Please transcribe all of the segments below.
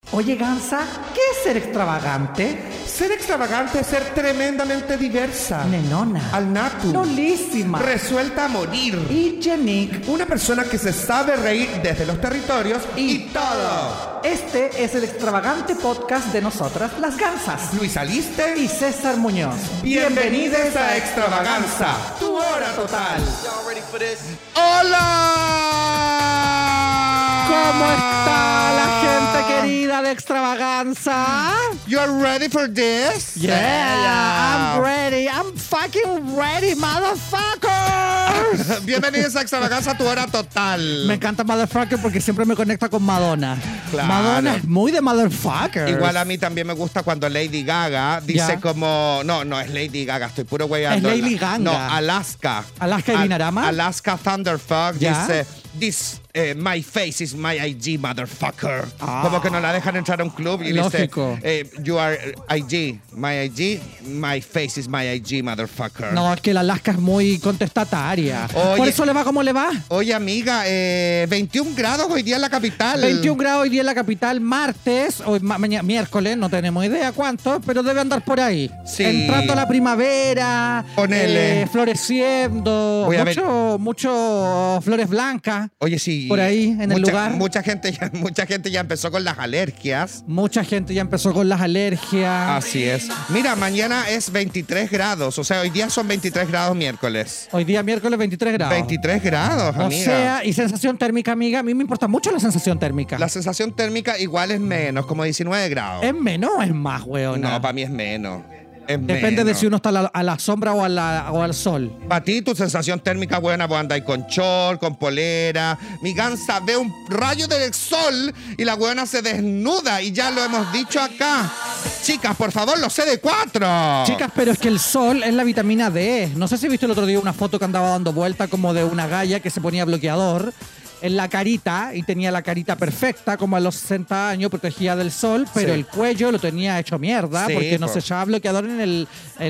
Oye, Gansa, ¿qué es ser extravagante? Ser extravagante es ser tremendamente diversa. Nenona. Al natu. Nolísima. Resuelta a morir. Y Genic. Una persona que se sabe reír desde los territorios y todo. Este es el extravagante podcast de nosotras, las Gansas. Luis Aliste Y César Muñoz. Bienvenidos a Extravaganza, tu hora total. ¡Hola! ¿Cómo está la gente querida de Extravaganza? You're ready for this? Yeah, I'm ready. I'm fucking ready, motherfuckers. Bienvenidos a Extravaganza, tu hora total. Me encanta motherfucker porque siempre me conecta con Madonna. Claro. Madonna es muy de motherfucker. Igual a mí también me gusta cuando Lady Gaga dice Ya. como... No es Lady Gaga, estoy puro weyando. Es Lady Gaga. No, Alaska. ¿Alaska y Dinarama? Alaska Thunderfuck Ya. dice... my face is my IG, motherfucker. Ah. Como que no la dejan entrar a un club y Lógico. dice... you are IG, my face is my IG, motherfucker. No, es que la Alaska es muy contestataria. Oye. Por eso le va como le va. Oye, amiga, 21 grados hoy día en la capital. 21 grados hoy día en la capital, martes, hoy mañana, miércoles, no tenemos idea cuánto, pero debe andar por ahí. Sí. Entrando la primavera, Ponele. Floreciendo, Voy a ver. mucho flores blancas. Oye, sí. Por ahí, en el lugar. Mucha gente ya empezó con las alergias. Mucha gente ya empezó con las alergias. Así es. Mira, mañana es 23 grados. O sea, hoy día son 23 grados miércoles. Hoy día miércoles 23 grados. 23 grados, O amiga. sea, y sensación térmica, amiga, a mí me importa mucho la sensación térmica. La sensación térmica igual es menos, como 19 grados. ¿Es menos o es más, weona? No, para mí es menos. Depende de si uno está a la sombra o al sol. Para ti, tu sensación térmica buena, vos andáis con short, con polera. Mi gansa ve un rayo del sol y la buena se desnuda. Y ya lo hemos dicho acá. Chicas, por favor, los CD4. Chicas, pero es que el sol es la vitamina D. No sé si viste el otro día una foto que andaba dando vuelta como de una galla que se ponía bloqueador en la carita y tenía la carita perfecta, como a los 60 años, protegida del sol, pero Sí. el cuello lo tenía hecho mierda Sí, porque no po. se echaba bloqueador en el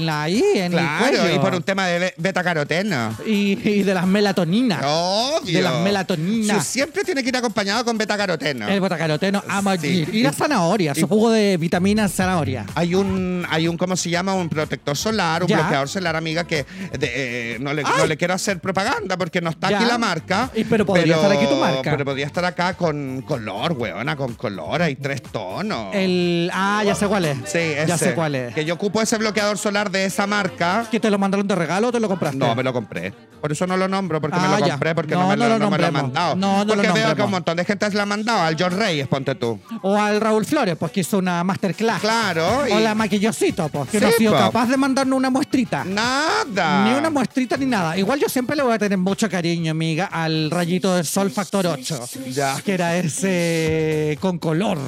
Claro, cuello. y por un tema de beta-caroteno. Y de las melatoninas. Obvio. De las melatoninas. Sí, siempre tiene que ir acompañado con beta-caroteno. El betacaroteno a morir. Sí. Y la zanahoria, su jugo de vitaminas zanahoria. Hay un, ¿cómo se llama? Un protector solar, un Ya. bloqueador solar, amiga, que no le quiero hacer propaganda porque no está Ya. aquí la marca. Pero podría estar aquí tu marca. Pero podría estar acá con color, weona, con color. Hay 3 tonos. Ya sé cuál es. Sí, ese. Ya sé cuál es. Que yo ocupo ese bloqueador solar de esa marca. ¿Que te lo mandaron de regalo o te lo compraste? No, me lo compré. Por eso no lo nombro, porque me lo ya. compré, porque No, no me no lo lo han nombremos. mandado. No lo porque veo que nombremos. un montón de gente se la ha mandado. Al George Reyes, ponte tú. O al Raúl Flores, pues que hizo una masterclass. Claro. O la Maquillosito, pues que no ha Sí, sido po. capaz de mandarnos una muestrita. Nada. Ni una muestrita ni nada. Igual yo siempre le voy a tener mucho cariño, amiga, al rayito del sol factor 8. Ya. Que era ese con color.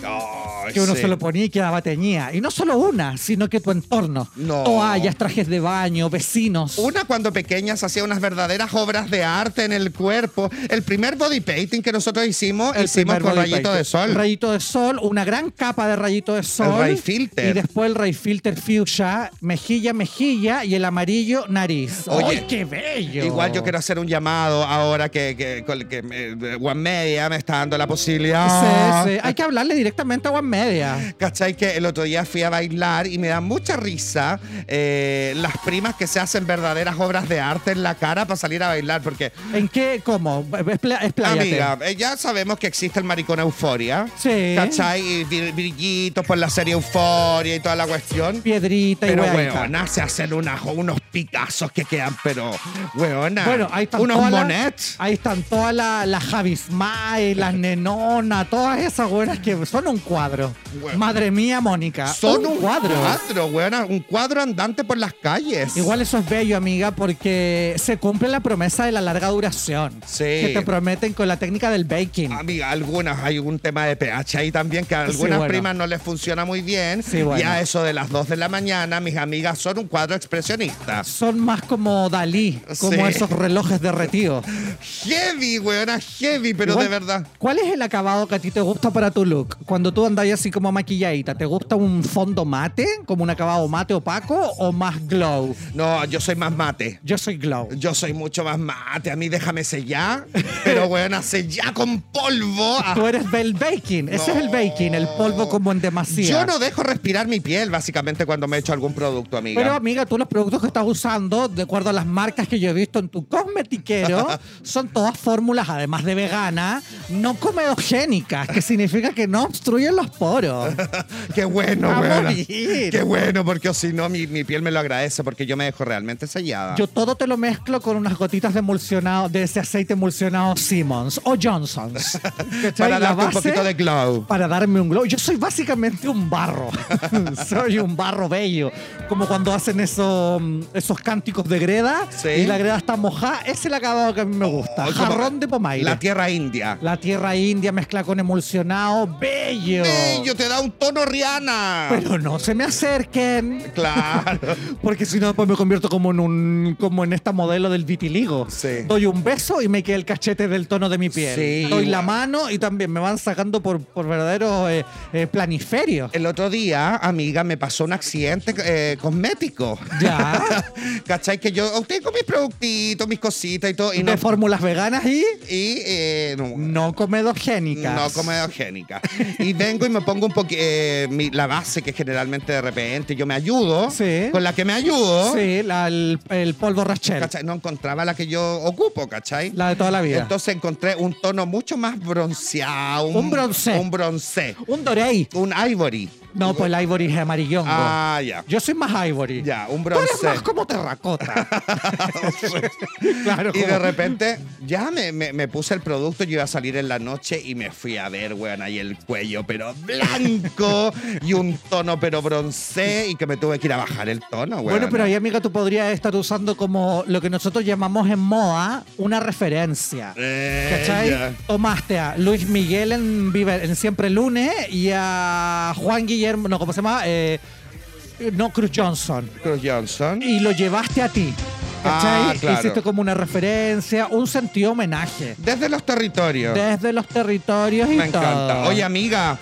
Ay, Que uno sí. se lo ponía y quedaba teñida. Y no solo una, sino que tu entorno. No. Toallas, trajes de baño, vecinos. Una cuando pequeña se hacía unas verdaderas obras de arte en el cuerpo. El primer body painting que nosotros hicimos primer con body rayito painting. de sol. Rayito de sol, una gran capa de rayito de sol. Ray Filter. Y después el Ray Filter Fuchsia, mejilla y el amarillo nariz. Oye, ¡Ay, qué bello! Igual yo quiero hacer un llamado ahora que One Media me está dando la posibilidad. Sí, sí. Hay que hablarle directamente a One Media. ¿Cachai? Que el otro día fui a bailar y me da mucha risa las primas que se hacen verdaderas obras de arte en la cara para salir a bailar. Porque, ¿En qué? ¿Cómo? Expláyate. amiga, ya sabemos que existe el maricón Euforia. Sí. ¿Cachai? Y brillitos por la serie Euforia y toda la cuestión. Piedrita Pero, y hueá. weona, se hacen unos picazos que quedan, pero, weona. Bueno, ahí están unos todas Monet. ahí están todas las Javis May, las Nenona, todas esas buenas que son un cuadro. Bueno. Madre mía, Mónica. Son un cuadro. weona, un cuadro andante por las calles. Igual eso es bello, amiga, porque se cumple la promesa de la larga duración. Sí. Que te prometen con la técnica del baking. Amiga, hay un tema de pH ahí también que a algunas bueno. primas no les funciona muy bien. Sí, bueno. Y a eso de las 2 de la mañana, mis amigas son un cuadro expresionista. Son más como Dalí, como Sí. esos relojes derretidos. Heavy, weona, heavy, pero Igual, de verdad. ¿Cuál es el acabado que a ti te gusta para tu look? Cuando tú andas así como maquilladita, ¿te gusta un fondo mate, como un acabado mate opaco o más glow? No, yo soy más mate. Yo soy glow. Yo soy mucho más mate. A mí déjame sellar, pero bueno, sellar con polvo. Tú eres el baking. Ese es el baking, el polvo como en demasía. Yo no dejo respirar mi piel, básicamente, cuando me echo algún producto, amiga. Pero, amiga, tú los productos que estás usando, de acuerdo a las marcas que yo he visto en tu cosmetiquero, son todas fórmulas, además de vegana, no comedogénicas, que significa que no obstruyen los poros. Qué bueno, A buena. morir. Qué bueno, porque si no, mi piel me lo agradece, porque yo me dejo realmente sellada. Yo todo te lo mezclo con unas gotitas de emulsionado, de ese aceite emulsionado Simmons o Johnson's. ¿Cachai? Para La darte un base, poquito de glow. para darme un glow. Yo soy básicamente un barro. Soy un barro bello. Como cuando hacen esos cánticos de greda Sí. y la greda está mojada. Ese es el acabado que a mí me gusta. Oh, como Jarrón de pomaire. La tierra india. La tierra india mezcla con emulsionado. Bello. Bello, te da un tono Rihanna. Pero no se me acerquen. Claro. Porque si no, después me convierto como en esta modelo del vitiligo. Sí. Doy un beso y me queda el cachete del tono de mi piel. Sí, Doy la igual. mano y también me van sacando por verdaderos planiferios. El otro día, amiga, me pasó un accidente cosmético. Ya. ¿Cachai? Que yo tengo mis productitos, mis cositas y todo. Y De fórmulas veganas y no, no comedogénicas. no comedogénica. Y vengo y me pongo un poquito la base que generalmente de repente yo me ayudo. Sí. Con la que me ayudo. Sí, el polvo Rachel. ¿Cachai? No encontraba la que yo ocupo, ¿cachai? La de toda la vida. Entonces encontré un tono mucho más bronceado. Un bronce. Un bronce. Un dorey. Un ivory. No, pues el ivory es amarillongo. Ah, ya. Yo soy más ivory. Ya, un Tú eres bronce. más como terracota. Claro, Y de como- repente ya me puse el producto, yo iba a salir en la noche y me fui a ver, weón, ahí el cuello, pero blanco y un tono, pero bronce y que me tuve que ir a bajar el tono, weón. Bueno, pero ahí, amiga, tú podrías estar usando como lo que nosotros llamamos en moda una referencia. ¿Cachai? Ya. Tomaste a Luis Miguel en Siempre Lunes y a Juan Guillermo, no, ¿cómo se llama? No, Cruz Johnson. Cruz Johnson. Y lo llevaste a ti. ¿Cachai? Ah, claro. Hiciste como una referencia, un sentido homenaje. Desde los territorios. Desde los territorios y Me encanta. todo. Oye, amiga,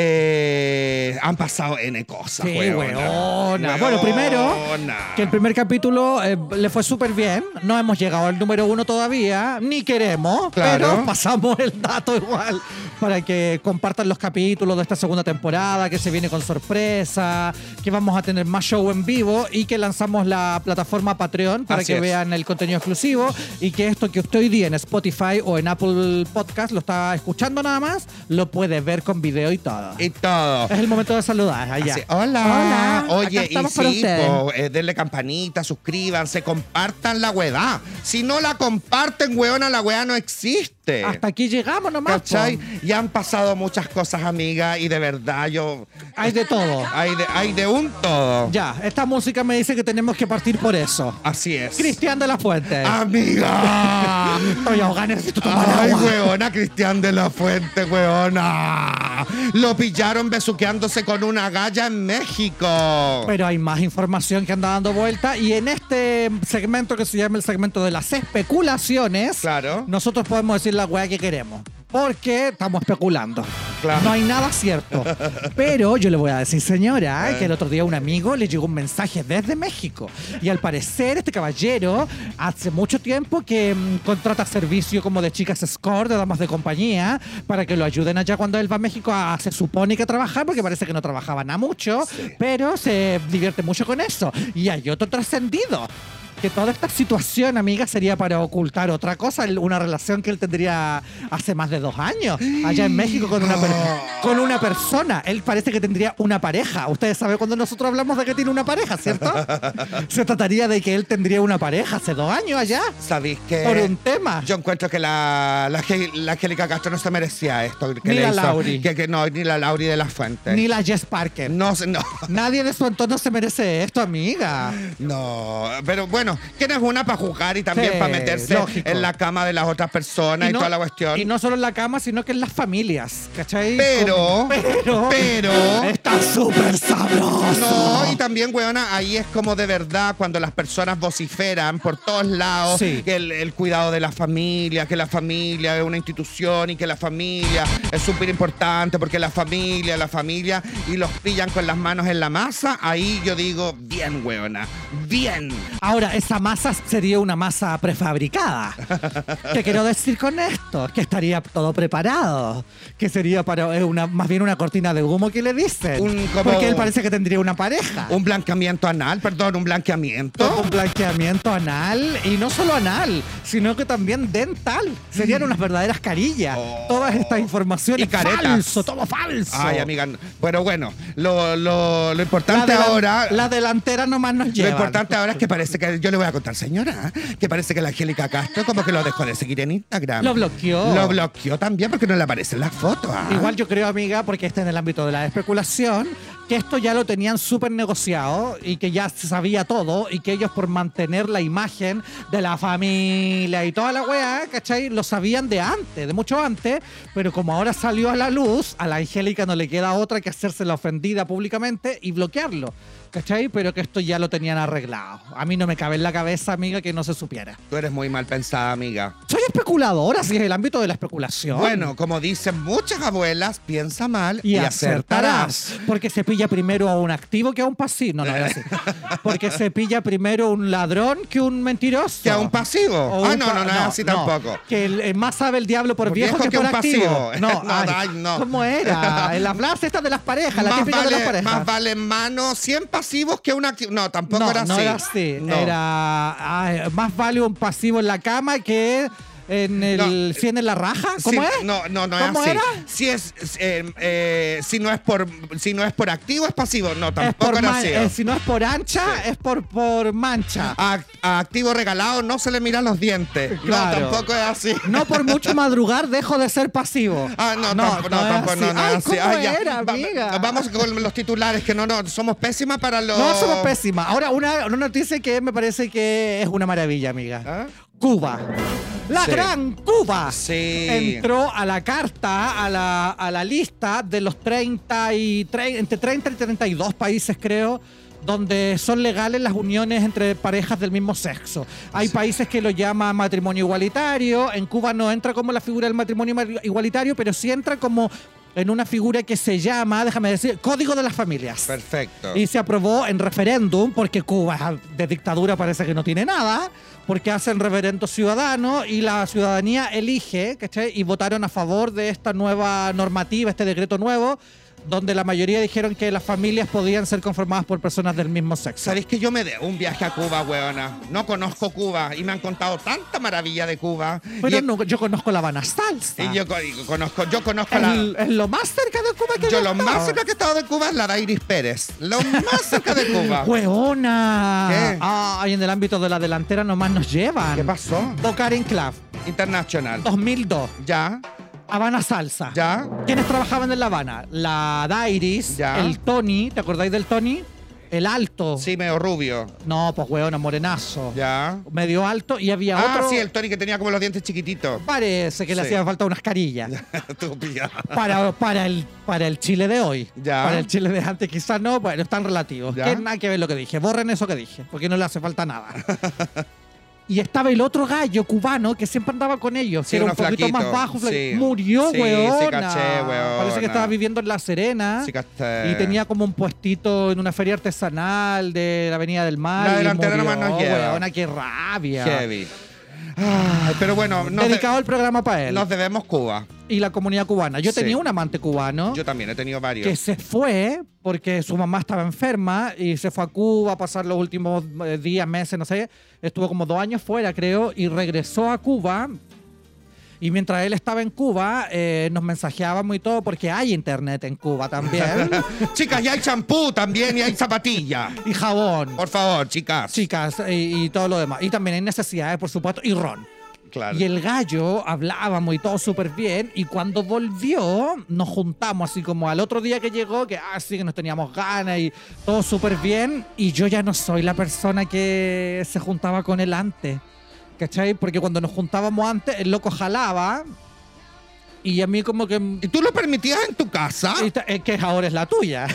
han pasado N cosas, Sí, weona. weona. Bueno, primero, Weona. que el primer capítulo le fue súper bien. No hemos llegado al número 1 todavía, ni queremos, Claro. pero pasamos el dato igual para que compartan los capítulos de esta segunda temporada, que se viene con sorpresa, que vamos a tener más show en vivo y que lanzamos la plataforma Patreon para Así que es. vean el contenido exclusivo y que esto que usted hoy día en Spotify o en Apple Podcast lo está escuchando nada más, lo puede ver con video y todo. Y todo. Es el momento de saludar allá. Así, hola. Hola. Oye, Acá y estamos para sí, ustedes. denle campanita, suscríbanse, compartan la weá. Si no la comparten, weona, la weá no existe. Hasta aquí llegamos nomás. ¿Cachai? po. Y han pasado muchas cosas, amiga, y de verdad yo... Hay de todo. Hay de un todo. Ya, esta música me dice que tenemos que partir por eso. Así es. Cristian de la Fuente. ¡Amiga! Estoy ahogada, necesito tomar ¡Ay, agua. weona, Cristian de la Fuente, weona! Lo pillaron besuqueándose con una galla en México. Pero hay más información que anda dando vuelta y en este segmento que se llama el segmento de las especulaciones, Claro. nosotros podemos decir la weá que queremos. Porque estamos especulando. Claro. No hay nada cierto. Pero yo le voy a decir, señora, que el otro día un amigo le llegó un mensaje desde México. Y al parecer este caballero hace mucho tiempo que contrata servicio como de chicas escort, de damas de compañía, para que lo ayuden allá cuando él va a México se supone que a trabajar, porque parece que no trabajaba nada mucho, pero se divierte mucho con eso. Y hay otro trascendido. Que toda esta situación, amiga, sería para ocultar otra cosa, una relación que él tendría hace más de 2 años, allá en México con una persona. Él parece que tendría una pareja. Ustedes saben cuando nosotros hablamos de que tiene una pareja, ¿cierto? Se trataría de que él tendría una pareja hace 2 años allá, ¿Sabéis que por un tema. Yo encuentro que la Angélica Castro no se merecía esto. Que Ni le la hizo. Lauri. No, ni la Lauri de la Fuente. Ni la Jess Parker. No, no. Nadie de su entorno se merece esto, amiga. No, pero bueno, bueno, ¿quién es una para juzgar y también Sí, para meterse lógico. en la cama de las otras personas y, toda la cuestión? Y no solo en la cama, sino que en las familias, ¿cachai? Pero está súper sabroso. no, y también, weona, ahí es como de verdad cuando las personas vociferan por todos lados Sí. que el cuidado de la familia, que la familia es una institución y que la familia es súper importante porque la familia, y los pillan con las manos en la masa, ahí yo digo, bien, weona, bien. Ahora, esa masa sería una masa prefabricada. ¿Qué quiero decir con esto? Que estaría todo preparado. Que sería más bien una cortina de humo que le dicen. Porque él parece que tendría una pareja. Un blanqueamiento anal, perdón, un blanqueamiento. Un blanqueamiento anal, y no solo anal, sino que también dental. Serían unas verdaderas carillas. Todas estas informaciones. Y caretas. Falso, todo falso. Ay, amiga, pero bueno, lo importante ahora... La delantera nomás nos lleva. Lo importante ahora es que parece que, yo le voy a contar, señora, que parece que la Angélica Castro como que lo dejó de seguir en Instagram. Lo bloqueó. Lo bloqueó también porque no le aparecen las fotos. ¿Ah? Igual yo creo, amiga, porque está en el ámbito de la especulación, que esto ya lo tenían súper negociado y que ya se sabía todo y que ellos por mantener la imagen de la familia y toda la weá, ¿cachai? Lo sabían de antes, de mucho antes, pero como ahora salió a la luz, a la Angélica no le queda otra que hacerse la ofendida públicamente y bloquearlo, ¿cachai? Pero que esto ya lo tenían arreglado. A mí no me cabe en la cabeza, amiga, que no se supiera. Tú eres muy mal pensada, amiga. Soy especuladora, si es el ámbito de la especulación. Bueno, como dicen muchas abuelas, piensa mal Y acertarás. acertarás. Porque se pilla primero a un activo que a un pasivo. No, era así. Porque se pilla primero un ladrón que un mentiroso. Que a un pasivo. O Ah, un no, es así tampoco. Que más sabe el diablo por viejo que por un activo. pasivo. No, No, ay, no. ¿Cómo era? En la frase esta de las parejas, la típica de las parejas. Más vale en mano 100 pasivos que un activo. No, tampoco No, era así. no era así. No. Era más vale un pasivo en la cama que en el 100 en la raja. ¿Cómo Sí, es? No es ¿Cómo así. era? Si no es por activo, es pasivo. No, tampoco era así. Si no es por ancha, es por mancha. A activo regalado no se le miran los dientes. Claro. No, tampoco es así. No por mucho madrugar dejo de ser pasivo. Tampoco no es Ay, así. ¿cómo Ay, ya. era, amiga? Vamos con los titulares, que no, somos pésimas para los... No, somos pésimas. Ahora, una noticia que me parece que es una maravilla, amiga. ¿Ah? Cuba. La Sí. gran Cuba. Sí. Entró a la carta, a la lista de los entre 30 y 32 países, creo, donde son legales las uniones entre parejas del mismo sexo. Hay países que lo llaman matrimonio igualitario. En Cuba no entra como la figura del matrimonio igualitario, pero sí entra como en una figura que se llama, déjame decir, Código de las Familias. Perfecto. Y se aprobó en referéndum, porque Cuba de dictadura parece que no tiene nada, porque hacen referendo ciudadano y la ciudadanía elige, ¿cachai? Y votaron a favor de esta nueva normativa, este decreto nuevo, donde la mayoría dijeron que las familias podían ser conformadas por personas del mismo sexo. ¿Sabéis que yo me debo un viaje a Cuba, weona? No conozco Cuba y me han contado tanta maravilla de Cuba. Pero Y- no, yo conozco la Habana Salsa. Y yo conozco Es lo más cerca de Cuba que Yo he lo estado. más cerca que he estado de Cuba es la de Iris Pérez. Lo más cerca de Cuba. ¡Hueona! ¿Qué? Ay, en el ámbito de la delantera nomás nos llevan. ¿Qué pasó? Bocarin Club, Internacional. 2002. ¿Ya? Habana Salsa. ¿Ya? ¿Quiénes trabajaban en La Habana? La Dairis, Ya. el Tony, ¿te acordáis del Tony? El alto. Sí, medio rubio. No, pues hueona, morenazo. ¿Ya? Medio alto y había otro. Sí, el Tony que tenía como los dientes chiquititos. Parece que le Sí. hacía falta unas carillas. Estúpida. Para el Chile de hoy. Ya. Para el Chile de antes quizás no, bueno, están relativos. Ya. Que nada que ver lo que dije. Borren eso que dije, porque no le hace falta nada. Y estaba el otro gallo cubano que siempre andaba con ellos, Sí, que era uno un poquito flaquito, más bajo. sí. Murió, Sí, weona. sí, caché, weona. Parece que estaba viviendo en La Serena. Sí, caché. Y tenía como un puestito en una feria artesanal de la Avenida del Mar. La y delantera murió, nomás nos lleva. weona, qué rabia. Heavy. Ay, pero bueno, Dedicado el programa para él. nos debemos Cuba. Y la comunidad cubana. Yo Sí. tenía un amante cubano. Yo también he tenido varios. Que se fue porque su mamá estaba enferma y se fue a Cuba a pasar los últimos días, meses, no sé. Estuvo como 2 años fuera, creo, y regresó a Cuba. Y mientras él estaba en Cuba, nos mensajeábamos y todo, porque hay internet en Cuba también. Chicas, y hay champú también y hay zapatillas. Y jabón. Por favor, chicas. Chicas, y todo lo demás. Y también hay necesidades, por supuesto, y ron. Claro. Y el gallo hablábamos y todo súper bien. Y cuando volvió, nos juntamos así como al otro día que llegó, que sí que nos teníamos ganas y todo súper bien. Y yo ya no soy la persona que se juntaba con él antes. ¿Cachai? Porque cuando nos juntábamos antes, el loco jalaba. Y a mí como que... ¿Y tú lo permitías en tu casa? Que ahora es la tuya.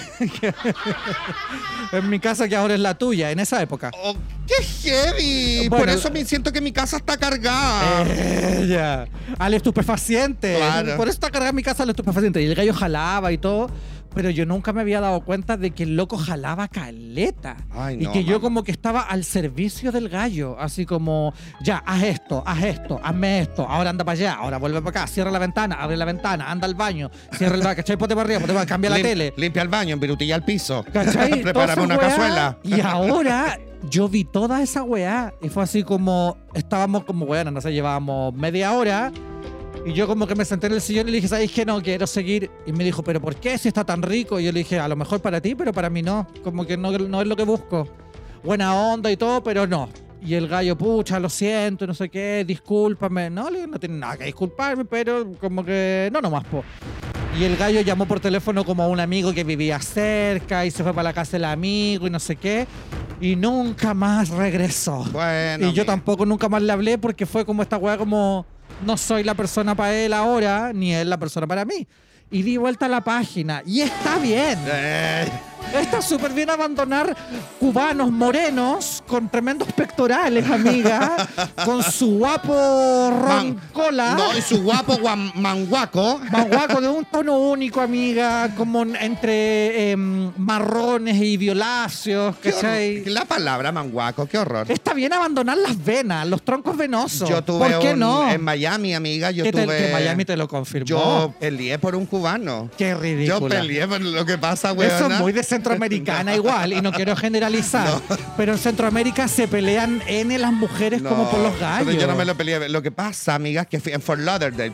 En mi casa que ahora es la tuya, en esa época. Oh, ¡qué heavy! Bueno, Por eso me siento que mi casa está cargada. Ya. Al estupefaciente. Claro. Por eso está cargada mi casa al estupefaciente. Y el gallo jalaba y todo. Pero yo nunca me había dado cuenta de que el loco jalaba caleta. Ay, y no, que yo mamá. como que estaba al servicio del gallo. Así como, ya, haz esto, hazme esto. Ahora anda para allá, ahora vuelve para acá. Cierra la ventana, abre la ventana, anda al baño. Cierra el baño, ¿cachai? Ponte para arriba, cambia la tele. Limpia el baño, virutilla el piso. ¿Cachai? Prepárame una Toda esa cazuela. weá. Y ahora yo vi toda esa weá y fue así como, estábamos como, bueno, no sé, llevábamos media hora y yo como que me senté en el sillón y le dije, ¿sabes qué? No, quiero seguir. Y me dijo, ¿pero por qué si está tan rico? Y yo le dije, a lo mejor para ti, pero para mí no. Como que no es lo que busco. Buena onda y todo, pero no. Y el gallo, pucha, lo siento, no sé qué, discúlpame. No, le digo, no tiene nada que disculparme, pero como que no nomás, po. Y el gallo llamó por teléfono como a un amigo que vivía cerca y se fue para la casa del amigo y no sé qué. Y nunca más regresó. Bueno, Y yo tampoco nunca más le hablé porque fue como esta weá como no soy la persona para él ahora, ni él la persona para mí. Y di vuelta a la página. Y está bien. Está súper bien abandonar cubanos morenos con tremendos pectorales, amiga. Con su guapo roncola. No, y su guapo manguaco. Manguaco de un tono único, amiga. Como entre marrones y violáceos, ¿cachai? La palabra manguaco, qué horror. Está bien abandonar las venas, los troncos venosos. Yo tuve ¿Por qué no? en Miami, amiga, yo que tuve... Miami te lo confirmó. Yo peleé por un cubano. Qué ridícula. Yo peleé por lo que pasa, güey. Eso es muy de centroamericana igual, y no quiero generalizar, pero en Centroamérica se pelean las mujeres como por los gallos. Pero yo no me lo peleé. Lo que pasa, amiga, es que fui en Fort Lauderdale,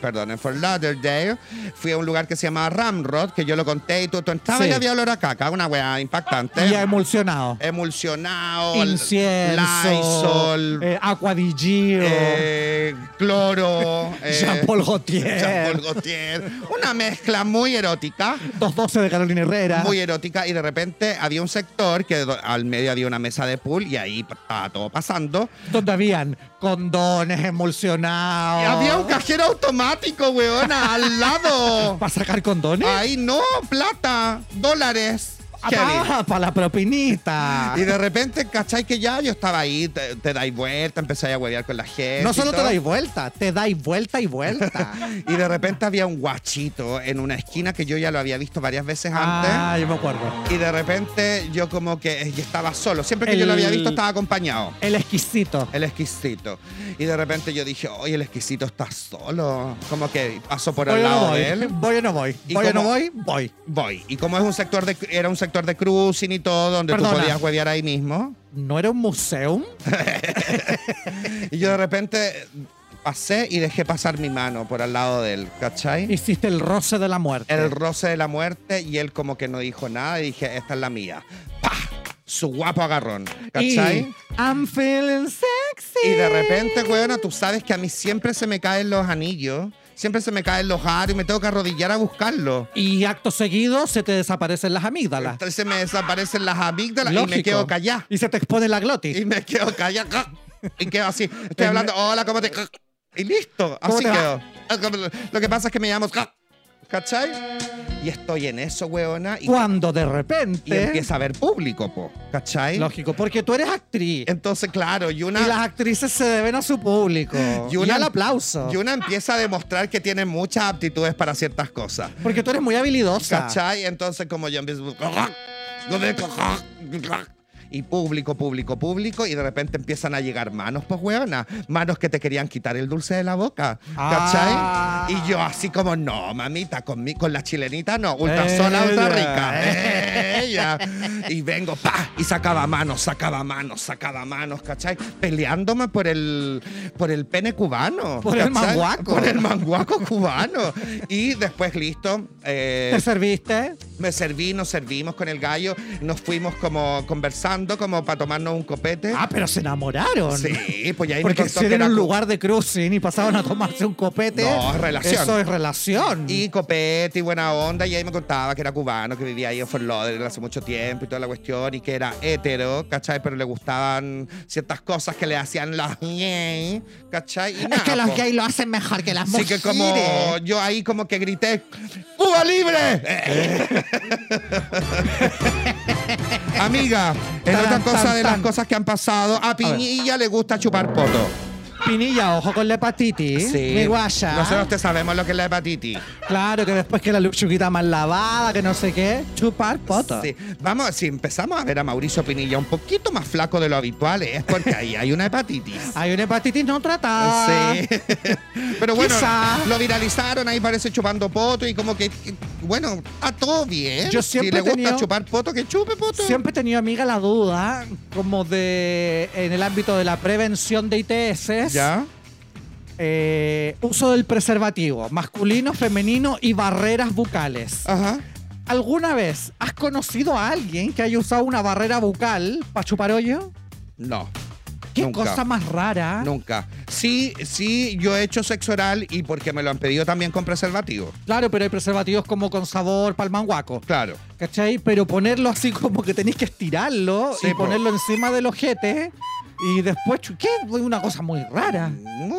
fui a un lugar que se llama Ramrod, que yo lo conté y tú entrabas Sí. y había olor a caca, una weá impactante. Y emulsionado. Emulsionado, Incienso, Lysol, Aqua di Gio, cloro, Jean-Paul Gaultier, Jean-Paul Gaultier. Una mezcla muy erótica. 212 de Carolina Herrera. Muy erótica, y de repente había un sector que al medio había una mesa de pool y ahí estaba todo pasando. Donde habían condones emulsionados. Y había un cajero automático, weona, al lado. ¿Para sacar condones? Ahí no, plata, dólares. Heavy. Para la propinita. Y de repente, ¿cachai? Que ya yo estaba ahí, te dais vuelta, empecé a huevear con la gente. No y solo te todo. dais vuelta, te dais vuelta y vuelta. Y de repente había un guachito en una esquina que yo ya lo había visto varias veces antes. Ah, yo me acuerdo. Y de repente yo como que ya estaba solo. Siempre que yo El- lo había visto estaba acompañado. El exquisito. El exquisito. Y de repente yo dije, oye, el exquisito está solo. Como que paso por Voy al o no lado voy. de él. Voy o no voy. ¿Y Voy o no cómo? voy. Voy. Voy. Y como es un sector era un sector de cruising y todo, donde Perdona. tú podías huevear ahí mismo. ¿No era un museo? Y yo de repente pasé y dejé pasar mi mano por al lado de él, ¿cachai? Hiciste el roce de la muerte. El roce de la muerte, y él como que no dijo nada y dije, esta es la mía. ¡Pah! Su guapo agarrón, ¿cachai? Y I'm feeling sexy. Y de repente, weona, tú sabes que a mí siempre se me caen los anillos, siempre se me caen los aros y me tengo que arrodillar a buscarlo. Y acto seguido se te desaparecen las amígdalas. Entonces me desaparecen las amígdalas y me Lógico. quedo callada. Y se te expone la glotis. Y me quedo callada. Y quedo así. Estoy El- hablando, hola, ¿cómo te...? Y listo, ¿Cómo así te quedo. Lo que pasa es que me llamo... ¿Cachai? Y estoy en eso, weona. Y Cuando de repente... empieza a haber público, po. ¿Cachai? Lógico, porque tú eres actriz. Entonces, claro, y Y las actrices se deben a su público. Y al aplauso. Y una empieza a demostrar que tiene muchas aptitudes para ciertas cosas. Porque tú eres muy habilidosa. ¿Cachai? Entonces, como yo empiezo... Y público, y de repente empiezan a llegar manos, pues, weona. Manos que te querían quitar el dulce de la boca. ¿Cachai? Ah. Y yo así como, no, mamita, con la chilenita no. Ultra sola, ultra rica. ella. Y vengo, pa, y sacaba manos, ¿cachai? Peleándome por el pene cubano. Por el ¿cachai? manguaco. Por el manguaco cubano. Y después, listo. ¿Te serviste? Me serví, nos servimos con el gallo, nos fuimos como conversando, como para tomarnos un copete. Ah, pero se enamoraron. Sí, pues ya ahí Porque me contó si que era era un lugar de cruising y pasaban a tomarse un copete. No, es relación. Eso es relación. Y copete y buena onda, y ahí me contaba que era cubano, que vivía ahí en Fort Lauderdale hace mucho tiempo y toda la cuestión, y que era hetero, ¿cachai? Pero le gustaban ciertas cosas que le hacían los gays, ¿cachai? Y es nada, que los po. gays lo hacen mejor que las Así mujeres. que como yo ahí como que grité, ¡Cuba libre! Amiga, en Tan, otra cosa tan, de las tan. cosas que han pasado, a Pinilla le gusta chupar poto. Pinilla, ojo con la hepatitis. Mi guaya. Nosotros te sabemos lo que es la hepatitis. Claro, que después que la luchuquita más lavada, que no sé qué, chupar poto. Sí. Vamos, si empezamos a ver a Mauricio Pinilla un poquito más flaco de lo habitual, es porque ahí hay una hepatitis. Hay una hepatitis no tratada. Sí. Pero bueno, Quizá. lo viralizaron, ahí parece chupando poto y como que, bueno, a todo bien. Yo si siempre le he gusta tenido- chupar poto, que chupe poto. Siempre he tenido, amiga, la duda, como de, en el ámbito de la prevención de ITS, ¿Ya? uso del preservativo, masculino, femenino y barreras bucales. Ajá. ¿Alguna vez has conocido a alguien que haya usado una barrera bucal para chupar hoyo? No. Qué Nunca. cosa más rara. Nunca. Sí, yo he hecho sexo oral y porque me lo han pedido también con preservativo. Claro, pero hay preservativos como con sabor para el manguaco. Claro. ¿Cachai? Pero ponerlo así como que tenéis que estirarlo Sí, y po. ponerlo encima del ojete y después, ¿qué? Una cosa muy rara.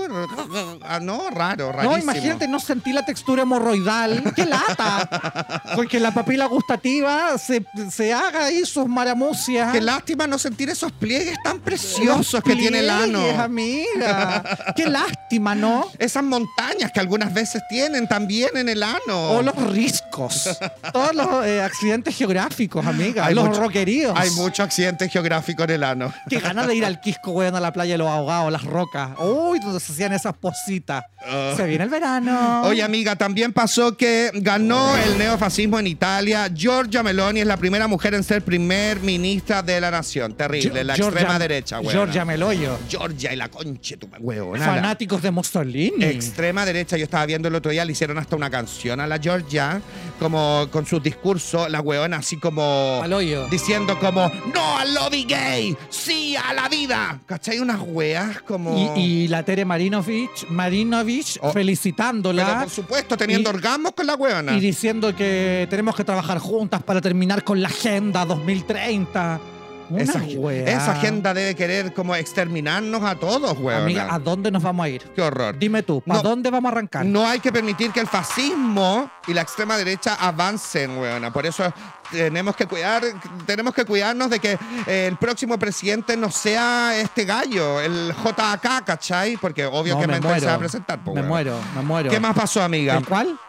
No, raro, rarísimo. No, imagínate no sentir la textura hemorroidal. ¡Qué lata! Porque la papila gustativa se haga ahí sus maramucias. Qué lástima no sentir esos pliegues tan preciosos que tiene el ano. Pliegues, amiga. Qué lástima, ¿no? Esas montañas que algunas veces tienen también en el ano. O los riscos. Todos los accidentes geográficos, amiga. Hay los mucho- roqueríos. Hay mucho accidente geográfico en el ano. Qué ganas de ir al Quisco, weón, a la playa de los ahogados, las rocas. Uy, donde se hacían esas positas. Se viene el verano. Oye, amiga, también pasó que ganó el neofascismo en Italia. Giorgia Meloni es la primera mujer en ser primer ministra de la nación. Terrible, la extrema derecha, güey. Giorgia Meloyo. Georgia y la conche, tu huevona. Fanáticos de Mussolini. Extrema derecha, yo estaba viendo el otro día, le hicieron hasta una canción a la Georgia, como con sus discursos, la huevona así como Al hoyo. diciendo como no al lobby gay, sí a la vida. ¿Cachai? Unas weas como... Y la Tere Marinovich Oh, felicitándola. Pero por supuesto, teniendo Y- orgasmos con la huevona. Y diciendo que tenemos que trabajar juntas para terminar con la Agenda 2030. Una weá. Esa agenda debe querer como exterminarnos a todos, huevona. Amiga, ¿a dónde nos vamos a ir? Qué horror. Dime tú, ¿para No. dónde vamos a arrancar? No hay que permitir que el fascismo y la extrema derecha avancen, weona. Por eso tenemos que cuidarnos de que el próximo presidente no sea este gallo, el JK, ¿cachai? Porque No, obviamente se va a presentar. po, me weona. muero. ¿Qué más pasó, amiga? ¿El cuál?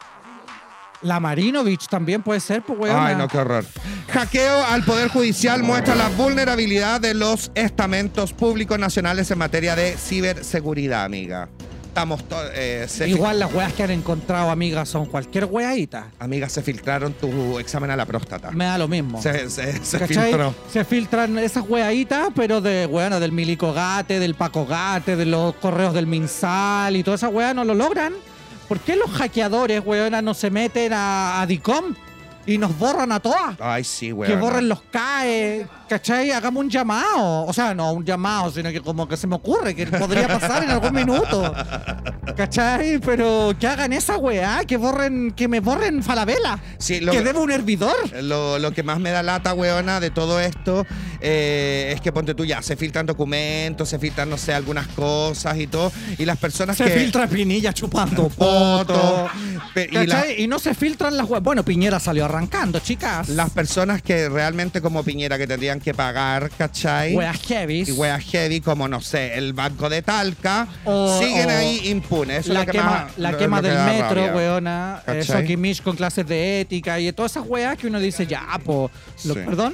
La Marinovich también puede ser, pues, weón. Ay, no, qué horror. Hackeo al Poder Judicial muestra la vulnerabilidad de los estamentos públicos nacionales en materia de ciberseguridad, amiga. Estamos Igual las weas que han encontrado, amiga, son cualquier weadita. Amiga, se filtraron tu examen a la próstata. Me da lo mismo. Se ¿Cachai? filtró. Se filtran esas weaditas, pero del Milico Gate, del Paco Gate, de los correos del Minsal y toda esa wea no lo logran. ¿Por qué los hackeadores, weona, no se meten a DICOM y nos borran a todas? Ay, sí, güey. Que borren los CAE, ¿cachai? Hagamos un llamado. O sea, no un llamado, sino que como que se me ocurre que podría pasar en algún minuto. ¿Cachai? Pero que hagan esa weá, que me borren Falabella. Sí, que debe un hervidor. Lo que más me da lata, weona, de todo esto es que ponte tú ya, se filtran documentos, se filtran, no sé, algunas cosas y todo. Y las personas Se que... filtra Pinilla chupando poto. ¿Cachai? Y no se filtran las weas. Bueno, Piñera salió arrancando, chicas. Las personas que realmente como Piñera que tendrían que pagar, ¿cachai? Weas heavies. Y weas heavy como, no sé, el Banco de Talca, O- siguen o ahí impunes. Eso La es lo que quema, más- la lo- quema lo que del da metro, rabia. weona. ¿Cachai? Socky Mish con clases de ética y todas esas weas que uno dice, ya, po. Sí. ¿Perdón?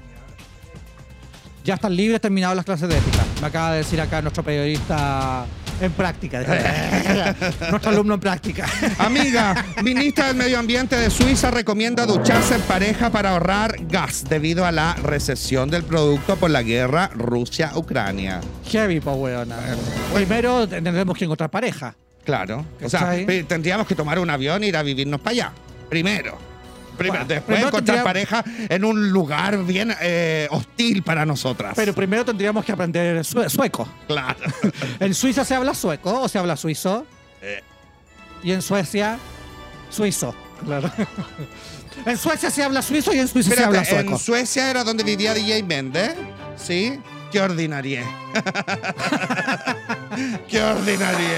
Ya están libres, terminadas las clases de ética. Me acaba de decir acá nuestro periodista En práctica. Nuestro alumno en práctica. Amiga, ministra del Medio Ambiente de Suiza recomienda ducharse en pareja para ahorrar gas debido a la recesión del producto por la guerra Rusia-Ucrania. Heavy, po, weona. Primero tendremos que encontrar pareja. Claro. O sea, ¿Cachai? tendríamos que tomar un avión e ir a vivirnos para allá. Primero. Bueno, Después primero encontrar tendría- pareja en un lugar bien hostil para nosotras. Pero primero tendríamos que aprender sueco. Claro. ¿En Suiza se habla sueco o se habla suizo? Y en Suecia, suizo. Claro. En Suecia se habla suizo y en Suiza se habla Espérate, sueco. en Suecia era donde vivía DJ Méndez. ¿Sí? Qué ordinarie. Qué ordinarie.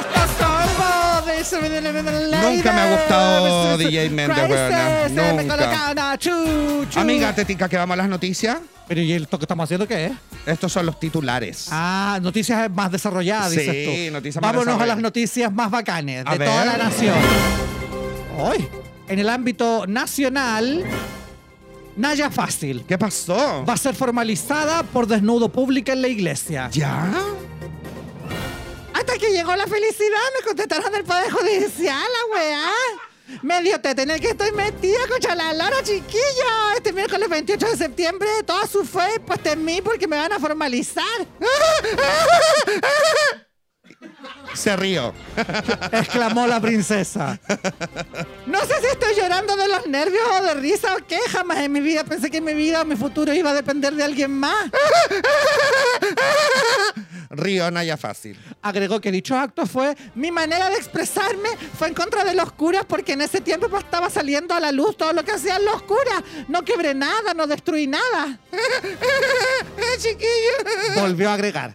Nunca me ha gustado DJ Méndez, weona. Nunca. Amiga, te tica que vamos a las noticias. Pero ¿y esto que estamos haciendo qué es? Estos son los titulares. Ah, noticias más desarrolladas, Sí, dices tú. noticias más Vámonos a desarrolladas. las noticias más bacanes A de toda ver. la nación. Hoy, en el ámbito nacional, Naya Fácil ¿Qué pasó? va a ser formalizada por desnudo pública en la iglesia. ¿Ya? Hasta que llegó la felicidad, me contestaron del Poder Judicial, la weá. Medio te tener que estoy metida, concha la lora, chiquillo. Este miércoles 28 de septiembre, toda su fe puesta en mí porque me van a formalizar. Se rió. Exclamó la princesa. No sé si estoy llorando de los nervios o de risa o qué. Jamás en mi vida pensé que mi vida o mi futuro iba a depender de alguien más. Río Naya Fácil. Agregó que dicho acto fue mi manera de expresarme, fue en contra de los curas porque en ese tiempo pues, estaba saliendo a la luz todo lo que hacían los curas. No quebré nada, no destruí nada. Chiquillo. Volvió a agregar.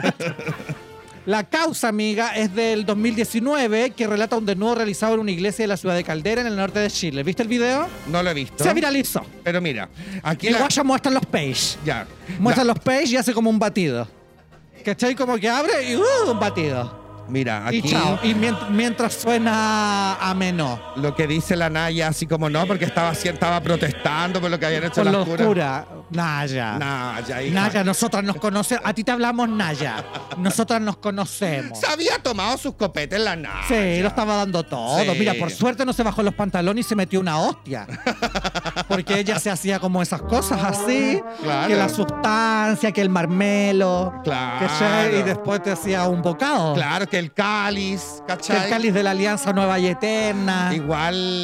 La causa, amiga, es del 2019 que relata un desnudo realizado en una iglesia de la ciudad de Caldera en el norte de Chile. ¿Viste el video? No lo he visto. Se viralizó. Pero mira, aquí Y la... Guaya muestra los page. Ya. Muestra La- los page y hace como un batido. ¿Cachai? Como que abre y un batido. Mira, Y aquí chao. Y mientras suena ameno. lo que dice la Naya, así como no, porque estaba protestando por lo que habían hecho Con las la curas. oscura. Naya. Naya, hija. Naya, nosotras nos conocemos. A ti te hablamos Naya. Nosotras nos conocemos. Se había tomado sus copetes la Naya. Sí, lo estaba dando todo. Sí. Mira, por suerte no se bajó los pantalones y se metió una hostia. Porque ella se hacía como esas cosas así. Claro. Que la sustancia, que el marmelo. Claro. ¿Cachai? Y después te hacía un bocado. Claro, que el cáliz, Que ¿cachai? el cáliz de la Alianza Nueva y Eterna. Igual,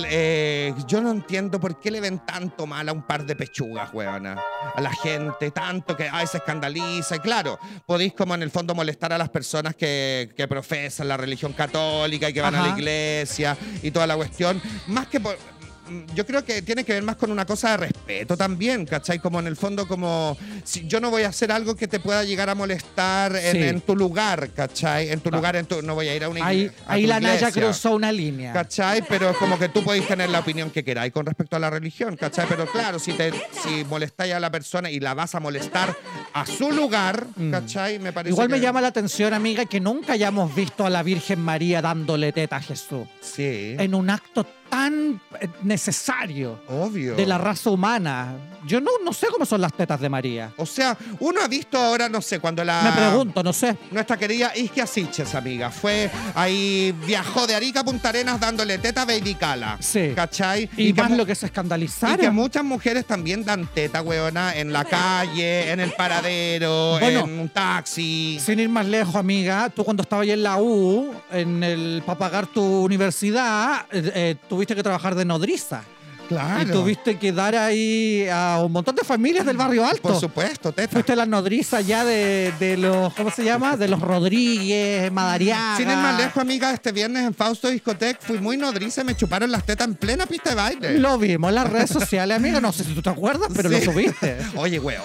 yo no entiendo por qué le ven tanto mal a un par de pechugas, huevona. A la gente, tanto que se escandaliza. Y claro, podéis como en el fondo molestar a las personas que profesan la religión católica y que van a la Ajá. iglesia y toda la cuestión. Más que por... Yo creo que tiene que ver más con una cosa de respeto también, ¿cachai? Como en el fondo, como si yo no voy a hacer algo que te pueda llegar a molestar Sí. en tu lugar, ¿cachai? En tu lugar, no voy a ir a una Ahí, iglesia. ahí la Naya cruzó una línea. ¿Cachai? Pero es como que tú podéis tener la opinión que queráis con respecto a la religión, ¿cachai? Pero claro, si molestáis a la persona y la vas a molestar a su lugar, ¿cachai? Me parece Igual que... me llama la atención, amiga, que nunca hayamos visto a la Virgen María dándole teta a Jesús. Sí, En un acto tan necesario obvio. de la raza humana. Yo no sé cómo son las tetas de María. O sea, uno ha visto ahora, no sé, cuando la... Me pregunto, no sé. Nuestra querida Isquia Siches, amiga, fue ahí, viajó de Arica a Punta Arenas dándole teta a Baby Cala. Sí. ¿Cachai? Y que más mu- lo que se Y escandalizaron. que muchas mujeres también dan teta, weona, en la calle, en el paradero, Bueno, en un taxi. Sin ir más lejos, amiga, tú cuando estabas ahí en la U, para pagar tu universidad, tuviste que trabajar de nodriza. Claro. Y tuviste que dar ahí a un montón de familias del barrio alto. Por supuesto, teta. Fuiste la nodriza ya de los, ¿cómo se llama? De los Rodríguez, Madariaga. Sin ir más lejos, amiga, este viernes en Fausto Discotec fui muy nodriza y me chuparon las tetas en plena pista de baile. Lo vimos en las redes sociales, amiga. No sé si tú te acuerdas, pero Sí. lo subiste. Oye, weón.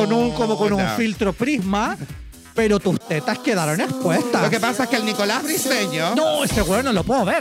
Con un filtro prisma, pero tus tetas quedaron expuestas. Lo que pasa es que el Nicolás Briseño No, ese weón no lo puedo ver.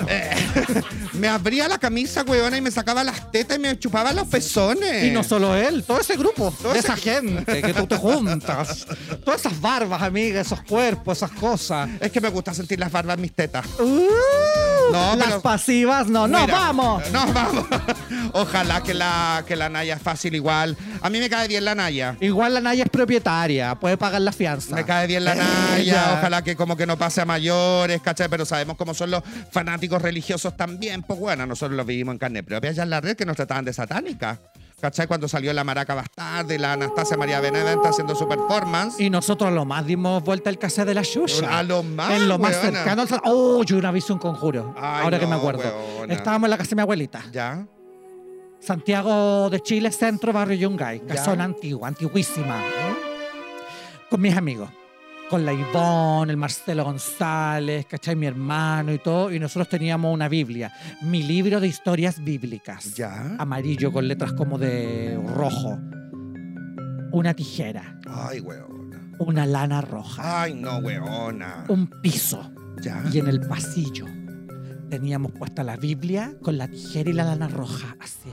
me abría la camisa, weona, y me sacaba las tetas y me chupaba los pezones. Y no solo él, todo ese grupo, Todo de ese- esa gente que tú te juntas. Todas esas barbas, amiga, esos cuerpos, esas cosas. Es que me gusta sentir las barbas en mis tetas. No, Las pero- pasivas, no. ¡No, Mira, vamos! Nos vamos. Ojalá que la Naya es fácil igual. A mí me cae bien la Naya. Igual la Naya es propietaria, puede pagar la fianza. Me cae bien la Naya, ojalá que como que no pase a mayores, ¿cachai? Pero sabemos cómo son los fanáticos religiosos también. Pues bueno, nosotros los vivimos en carne propia allá en la red, que nos trataban de satánica. ¿Cachai? Cuando salió la Maraca Bastarda y la Anastasia María Benavente haciendo su performance. Y nosotros a lo más dimos vuelta el cassette de la Xuxa. A lo más, En lo más weona. cercano. Oh, yo una vez hice un conjuro. Ay, ahora que no, me acuerdo. weona. Estábamos en la casa de mi abuelita. ¿Ya? Santiago de Chile, centro, barrio Yungay. Ya. Casona antigua, antiguísima. Con mis amigos. Con la Ivonne, el Marcelo González, ¿cachai? Mi hermano y todo. Y nosotros teníamos una Biblia. Mi libro de historias bíblicas. ¿Ya? Amarillo con letras como de rojo. Una tijera. Ay, weona. Una lana roja. Ay, no, weona. Un piso. ¿Ya? Y en el pasillo teníamos puesta la Biblia con la tijera y la lana roja, así.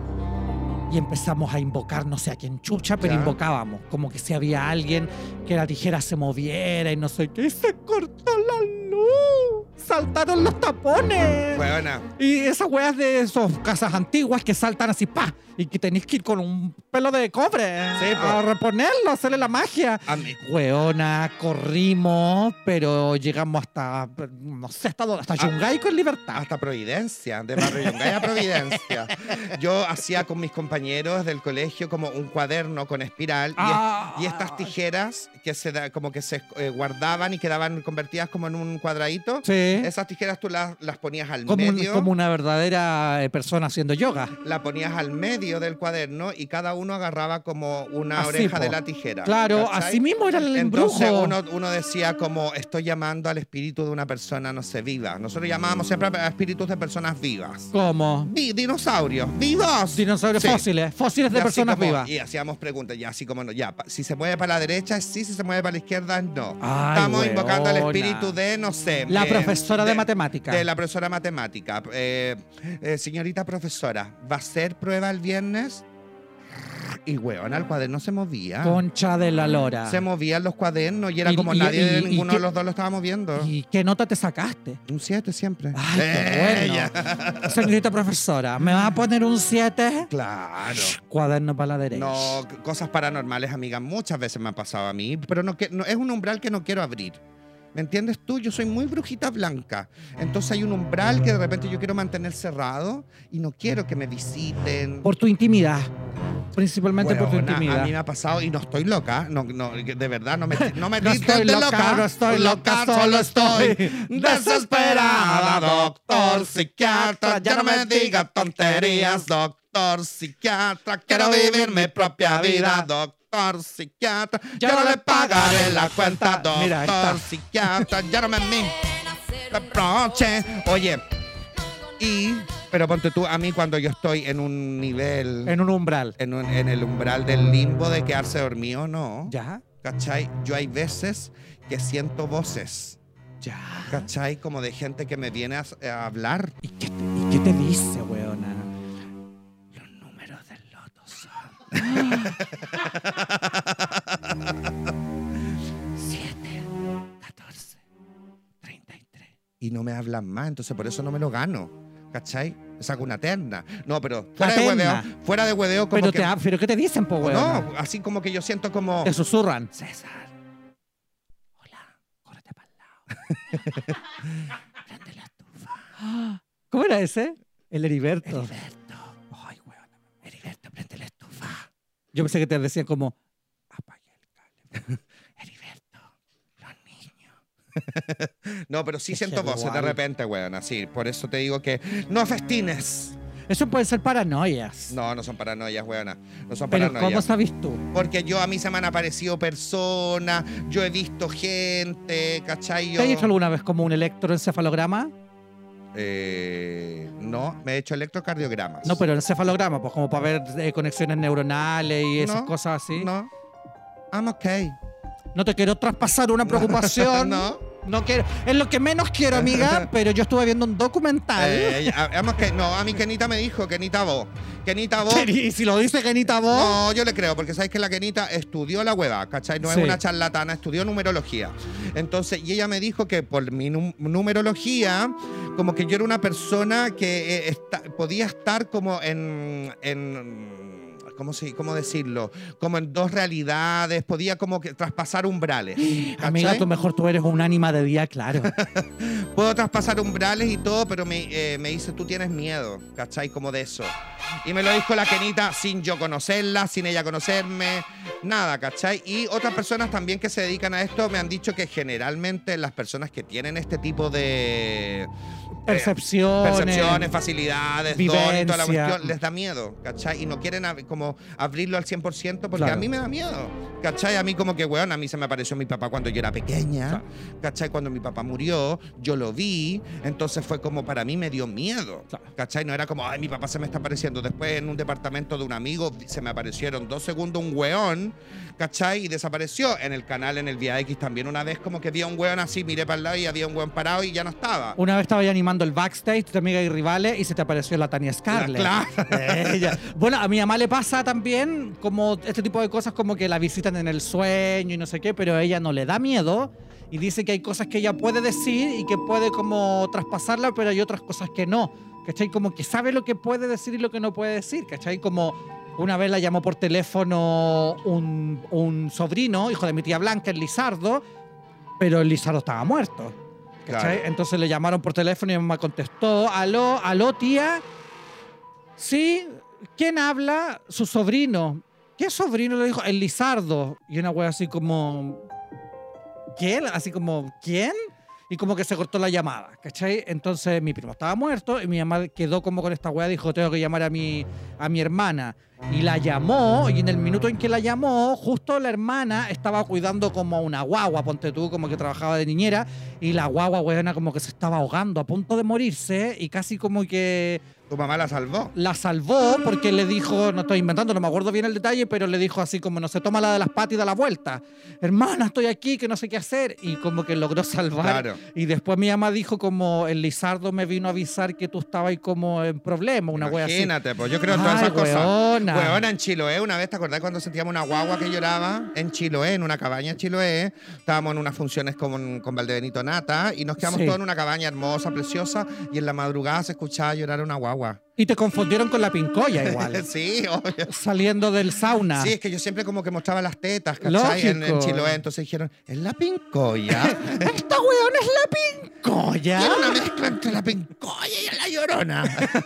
Y empezamos a invocar, no sé a quién chucha, pero Ya. invocábamos. Como que si había alguien que la tijera se moviera y no sé qué. Y se cortó la luz. Saltaron los tapones. Weona. Y esas weas de esas casas antiguas que saltan así, pa, y que tenéis que ir con un pelo de cobre Sí, po. a reponerlo, hacerle la magia. A mí. Weona, corrimos, pero llegamos hasta, no sé, hasta Yungay con libertad. Hasta Providencia, de Barrio Yungay a Providencia. Yo hacía con mis compañeros del colegio como un cuaderno con espiral y estas tijeras que como que se guardaban y quedaban convertidas como en un cuadradito. Sí. Esas tijeras tú las ponías al Como, medio. como una verdadera persona haciendo yoga. La ponías al medio del cuaderno y cada uno agarraba como una Así, oreja po. de la tijera. Claro, ¿cachai? así mismo era el Entonces embrujo. uno decía como estoy llamando al espíritu de una persona, no sé, viva. Nosotros llamábamos siempre a espíritus de personas vivas. ¿Cómo? Dinosaurios, vivos. Dinosaurios Sí. fósiles, fósiles de Y así personas como- vivas. Y hacíamos preguntas, ya así como no, ya, si se mueve para la derecha, sí, si se mueve para la izquierda, no. Ay, Estamos invocando al weona. espíritu de, no sé. La profesora de matemática. De la profesora de matemática. Señorita profesora, ¿va a ser prueba el viernes? Y weona, el cuaderno se movía. Concha de la lora. Se movían los cuadernos y era Y- como y- nadie de y- y ninguno qué- de los dos lo estábamos viendo. ¿Y qué nota te sacaste? Un 7 siempre. Ay, qué Ya. bueno. Señorita profesora, ¿me va a poner un 7? Claro. Cuaderno para la derecha. No, cosas paranormales, amiga, muchas veces me han pasado a mí, pero es un umbral que no quiero abrir. ¿Me entiendes tú? Yo soy muy brujita blanca. Entonces hay un umbral que de repente yo quiero mantener cerrado y no quiero que me visiten. Por tu intimidad. Principalmente por tu Huevona, intimidad. a mí me ha pasado y no estoy loca. No, de verdad, no me No tildes estoy de loca, no estoy loca, solo estoy desesperada, doctor psiquiatra. Ya no me diga tonterías, doctor psiquiatra. Quiero vivir mi propia vida, doctor psiquiatra. Yo no le pagaré la cuenta, Mira, doctor esta. psiquiatra. Ya no me reproche. Oye, pero ponte tú, a mí cuando yo estoy en un nivel, En un umbral. en el umbral del limbo de quedarse dormido, no. ¿Ya? ¿Cachai? Yo hay veces que siento voces, Ya. ¿cachai? Como de gente que me viene a hablar. ¿Y qué te dice, weona? Los números del loto son 7, 14, 33. Y no me hablan más, entonces por eso no me lo gano. ¿Cachai? Me saco una terna. No, pero La terna. fuera de hueveo, como Pero ¿qué te dicen, po, weona? no, así como que yo siento como... Te susurran. César. Hola. Córrete para el lado. Prende la estufa. ¿Cómo era ese? El Heriberto. Heriberto. Ay, weón. Heriberto, prende la estufa. Yo pensé que te decían como... Apague el cable. Heriberto. Los niños. No, pero sí Es siento que voces de igual. repente, weón, así. Por eso te digo que no festines. Eso puede ser paranoias. No, no son paranoias, weona. No son Pero paranoias. ¿cómo sabes tú? Porque a mí se me han aparecido personas, yo he visto gente, ¿cachai? ¿Te has hecho alguna vez como un electroencefalograma? No, me he hecho electrocardiogramas. No, pero encefalograma, pues como para ver conexiones neuronales y esas No, cosas así. No, I'm okay. No te quiero traspasar una preocupación. No, No quiero, es lo que menos quiero, amiga, pero yo estuve viendo un documental. Además que no, a mí Kenita me dijo, Kenita vos. Y si lo dice Kenita vos. No, yo le creo, porque sabéis que la Kenita estudió la hueva, ¿cachai? No Sí. es una charlatana, estudió numerología. Entonces, y ella me dijo que por mi numerología, como que yo era una persona que podía estar como ¿cómo decirlo? Como en dos realidades, podía como que traspasar umbrales. Amiga, tú eres un ánima de día, claro. Puedo traspasar umbrales y todo, pero me dice, tú tienes miedo, ¿cachai? Como de eso. Y me lo dijo la Kenita sin yo conocerla, sin ella conocerme, nada, ¿cachai? Y otras personas también que se dedican a esto me han dicho que generalmente las personas que tienen este tipo de percepciones, facilidades, don y toda la vivencia. cuestión, les da miedo, ¿cachai? Y no quieren como abrirlo al 100% porque Claro. a mí me da miedo, ¿cachai? A mí como que, weón, a mí se me apareció mi papá cuando yo era pequeña, Claro. ¿cachai? Cuando mi papá murió, yo lo vi, entonces fue como para mí me dio miedo, Claro. ¿cachai? No era como, ay, mi papá se me está apareciendo. Después en un departamento de un amigo se me aparecieron 2 segundos un weón, ¿cachai? Y desapareció. En el canal, en el Vía X también una vez como que vi a un weón así, miré para el lado y había un weón parado y ya no estaba. Una vez estaba yo animando el backstage, tu amiga y rivales, y se te apareció la Tania Scarlett. Claro. Ella. Bueno, a mi mamá le pasa también como este tipo de cosas como que la visitan en el sueño y no sé qué, pero a ella no le da miedo y dice que hay cosas que ella puede decir y que puede como traspasarla, pero hay otras cosas que no. ¿Cachai? Como que sabe lo que puede decir y lo que no puede decir, ¿cachai? Como una vez la llamó por teléfono un sobrino, hijo de mi tía Blanca, el Lizardo, pero el Lizardo estaba muerto. ¿Cachai? Claro. Entonces le llamaron por teléfono y mi mamá contestó, aló, tía. Sí, ¿quién habla? Su sobrino. ¿Qué sobrino? Le dijo, el Lizardo. Y una wea así como, ¿quién? Así como, ¿quién? Y como que se cortó la llamada, ¿cachai? Entonces mi primo estaba muerto y mi mamá quedó como con esta wea, dijo, tengo que llamar a mi hermana. Y la llamó, y en el minuto en que la llamó, justo la hermana estaba cuidando como a una guagua, ponte tú, como que trabajaba de niñera, y la guagua, weona, como que se estaba ahogando, a punto de morirse, y casi como que Tu mamá la salvó. la salvó porque le dijo, no estoy inventando, no me acuerdo bien el detalle, pero le dijo así como, no se toma la de las patas y da la vuelta. Hermana, estoy aquí, que no sé qué hacer. Y como que logró salvar. Claro. Y después mi mamá dijo como, el Lizardo me vino a avisar que tú estabas ahí como en problema, una wea así. Imagínate, pues yo creo en todas Ay, esas cosas. weona. Weona, en Chiloé, una vez, ¿te acordás cuando sentíamos una guagua que lloraba? En Chiloé, en una cabaña en Chiloé. Estábamos en unas funciones con Valdebenito Nata y nos quedamos Sí. todos en una cabaña hermosa, preciosa, y en la madrugada se escuchaba llorar una guagua. Y te confundieron con la pincoya igual. Sí, obvio. Saliendo del sauna. Sí, es que yo siempre como que mostraba las tetas, ¿cachai? En Lógico. Chiloé, entonces dijeron, ¿es la pincoya? ¡Esta weona es la pincoya! Tiene una mezcla entre la pincoya y la llorona.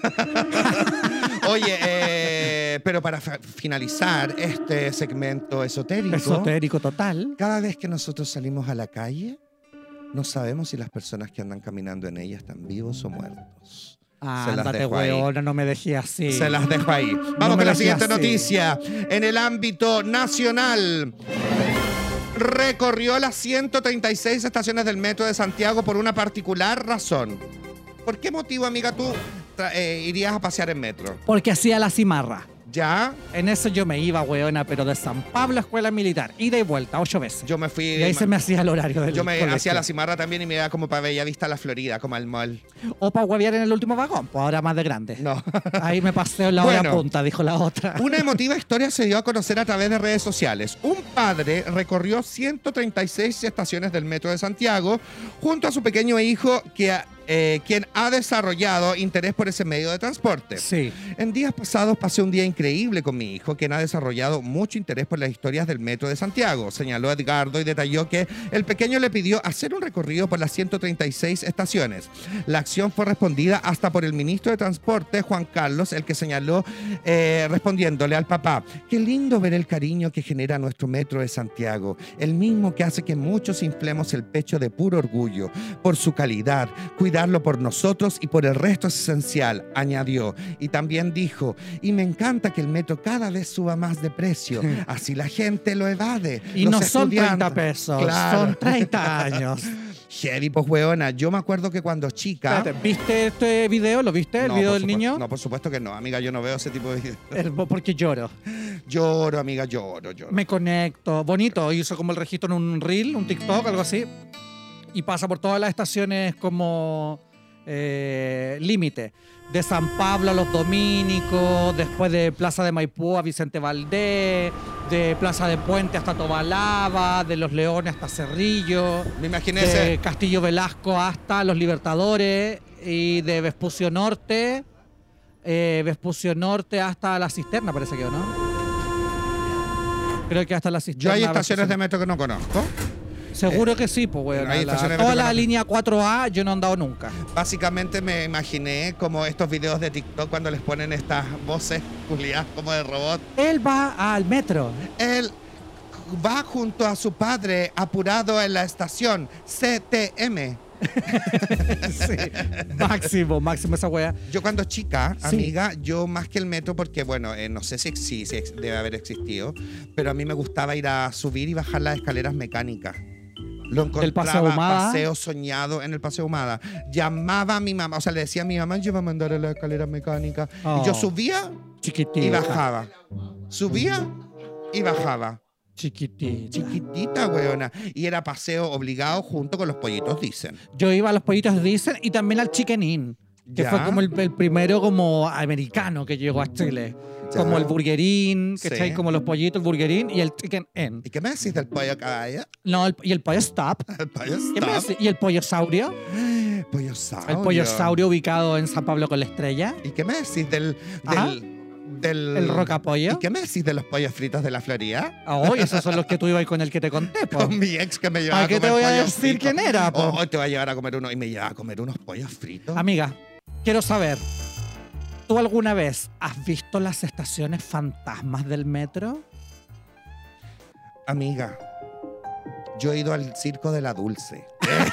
Oye, pero para finalizar este segmento esotérico, Esotérico total. cada vez que nosotros salimos a la calle, no sabemos si las personas que andan caminando en ella están vivos o muertos. Se las Ándate, dejo ahí. weona, no me dejé así. Se las dejo ahí. Vamos me con la las siguiente digas así. noticia. En el ámbito nacional, recorrió las 136 estaciones del metro de Santiago por una particular razón. ¿Por qué motivo, amiga, tú irías a pasear en metro? Porque hacía la cimarra. Ya, En eso yo me iba, weona, pero de San Pablo a Escuela Militar. Ida y vuelta, 8 veces. yo me fui. Y ahí se me hacía el horario del Yo me colegio. hacía la cimarra también y me iba como para Bellavista, la Florida, como al mall. O para huevear en el último vagón, pues ahora más de grande. No. Ahí me paseo en la hora Bueno. punta, dijo la otra. Una emotiva historia se dio a conocer a través de redes sociales. Un padre recorrió 136 estaciones del metro de Santiago junto a su pequeño hijo quien ha desarrollado interés por ese medio de transporte. Sí. En días pasados pasé un día increíble con mi hijo, quien ha desarrollado mucho interés por las historias del metro de Santiago, señaló Edgardo y detalló que el pequeño le pidió hacer un recorrido por las 136 estaciones. La acción fue respondida hasta por el ministro de Transporte, Juan Carlos, el que señaló respondiéndole al papá: qué lindo ver el cariño que genera nuestro metro de Santiago, el mismo que hace que muchos inflemos el pecho de puro orgullo por su calidad. Cuidarlo por nosotros y por el resto es esencial, añadió. Y también dijo: y me encanta que el metro cada vez suba más de precio, así la gente lo evade. Y Los no son 30 estudiantes- pesos, Claro. son 30 años. Heavy, pues, weona. Yo me acuerdo que cuando chica... Espérate, ¿viste este video? ¿Lo viste? ¿El No, video por del supuesto- niño? No, por supuesto que no, amiga. Yo no veo ese tipo de videos. Porque lloro. Lloro, amiga, lloro. Me conecto. Bonito. Hizo como el registro en un reel, un TikTok, algo así. y pasa por todas las estaciones como límite. De San Pablo a Los Dominicos, después de Plaza de Maipú a Vicente Valdés, de Plaza de Puente hasta Tobalaba, de Los Leones hasta Cerrillo, Me imaginé de ese. Castillo Velasco hasta Los Libertadores y de Vespucio Norte hasta La Cisterna, parece que, ¿o no? Creo que hasta La Cisterna. Yo hay estaciones de Vespucio- metro que no conozco. Seguro que sí, pues, weón. hay estaciones de Toda metro la que no- línea 4A yo no he andado nunca. Básicamente me imaginé como estos videos de TikTok cuando les ponen estas voces culiadas como de robot. Él va al metro. Él va junto a su padre apurado en la estación CTM. Sí. Máximo esa wea. Yo cuando chica, Sí. amiga, yo más que el metro, porque bueno, no sé si debe haber existido, pero a mí me gustaba ir a subir y bajar las escaleras mecánicas. Lo encontraba Paseo Ahumada? paseo soñado en el Paseo Ahumada. Llamaba a mi mamá, o sea, le decía a mi mamá, llévame a andar a las escaleras mecánicas. Oh. Y yo subía Chiquitita. y bajaba. Subía y bajaba. Chiquitita. Chiquitita, weona. Y era paseo obligado junto con los pollitos, dicen. Yo iba a los pollitos Dicen y también al Chicken Inn, que Ya. fue como el primero como americano que llegó a Chile. Ya. Como el Burgerín, Sí. ¿cachai? Como los pollitos, el Burgerín y el Chicken Inn. ¿Y qué me decís del pollo caballo? No, y el pollo Stop. El pollo ¿Qué me stop. decís? ¿Y el pollo saurio? Pollo saurio. El pollo saurio ubicado en San Pablo con la Estrella. ¿Y qué me decís del Ajá. El ¿Y rocapollo. qué me decís de los pollos fritos de la Florida? Oh, esos son los que tú ibas con el que te conté, po. Con mi ex que me llevaba ¿Para a qué comer te voy a pollos decir fritos. quién era, po? Hoy te va a llevar a comer uno y me llevaba a comer unos pollos fritos. Amiga, quiero saber, ¿tú alguna vez has visto las estaciones fantasmas del metro? Amiga, yo he ido al circo de la Dulce.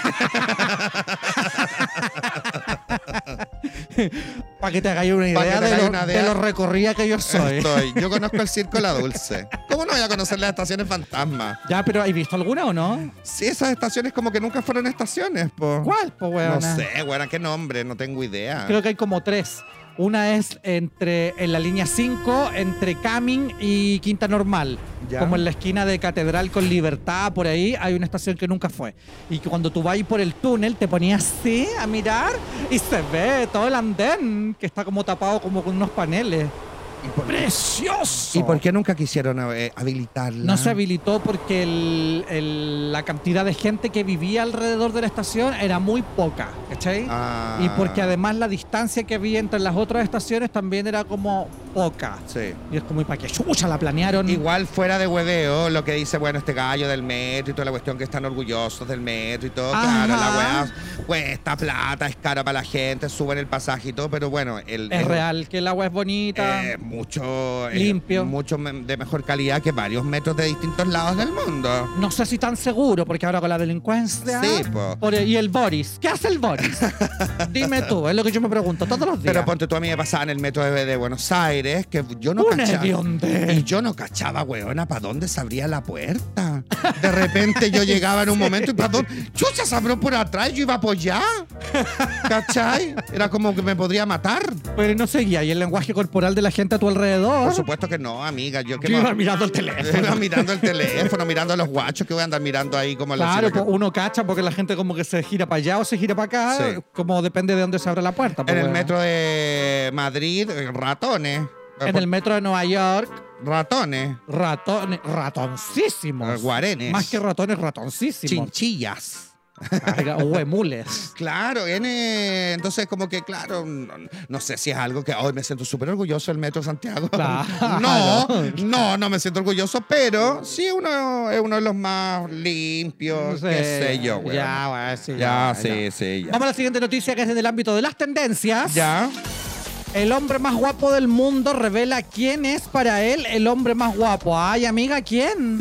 Para que te hagáis una Pa' que idea te de hagáis lo, una de idea. lo recorrida que yo soy. Yo conozco el circo de la Dulce. ¿Cómo no voy a conocer las estaciones fantasmas? Ya, pero ¿has visto alguna o no? Sí, esas estaciones como que nunca fueron estaciones, po. ¿Cuál, po, No weona? sé, güera, qué nombre, no tengo idea. Creo que hay como tres. Una es en la línea 5, entre Camin y Quinta Normal. Ya. Como en la esquina de Catedral con Libertad, por ahí hay una estación que nunca fue. Y que cuando tú vas por el túnel te ponías así a mirar y se ve todo el andén que está como tapado como con unos paneles. ¡Precioso! ¿Y por qué nunca quisieron habilitarla? No se habilitó porque la cantidad de gente que vivía alrededor de la estación era muy poca, ¿cachai? Ah. Y porque además la distancia que había entre las otras estaciones también era como poca. Sí. Y es como, ¿y para qué chucha la planearon? Igual fuera de hueveo, lo que dice, bueno, este gallo del metro y toda la cuestión que están orgullosos del metro y todo. Ajá. Claro, la weá cuesta plata, es cara para la gente, suben el pasaje y todo, pero bueno, Es real que el agua es bonita. mucho Limpio. mucho de mejor calidad que varios metros de distintos lados del mundo. No sé si tan seguro, porque ahora con la delincuencia... Sí, po. Y el Boris. ¿Qué hace el Boris? Dime tú, es lo que yo me pregunto todos los días. Pero ponte tú, a mí me pasaba en el metro de Buenos Aires que yo no Un cachaba. hedionde. Y yo no cachaba, weona, ¿para dónde se abría la puerta? De repente yo llegaba en un momento y ¿para dónde? Chucha, se abrió por atrás, yo iba a apoyar. ¿Cachai? Era como que me podría matar. Pero no seguía. ¿Y el lenguaje corporal de la gente a tu alrededor? Por supuesto que no, amiga. Yo que Yo iba no- mirando el teléfono. Iba mirando el teléfono, mirando a los guachos que voy a andar mirando ahí como en la Claro, ciudad. pues uno cacha porque la gente como que se gira para allá o se gira para acá, Sí. como depende de dónde se abre la puerta. pues, En el weón. metro de Madrid, ratones. En el metro de Nueva York, Ratones. ratoncísimos. Guarenes. Más que ratones, ratoncísimos. Chinchillas. Huemules. Claro, entonces como que claro, no sé si es algo que hoy me siento súper orgulloso del Metro de Santiago. Claro. No me siento orgulloso, pero sí uno es uno de los más limpios, qué sé yo, güey. Ya, güey, sí. Ya, sí, ya. Vamos a la siguiente noticia que es en el ámbito de las tendencias. Ya. El hombre más guapo del mundo revela quién es para él el hombre más guapo. Ay, amiga, ¿quién?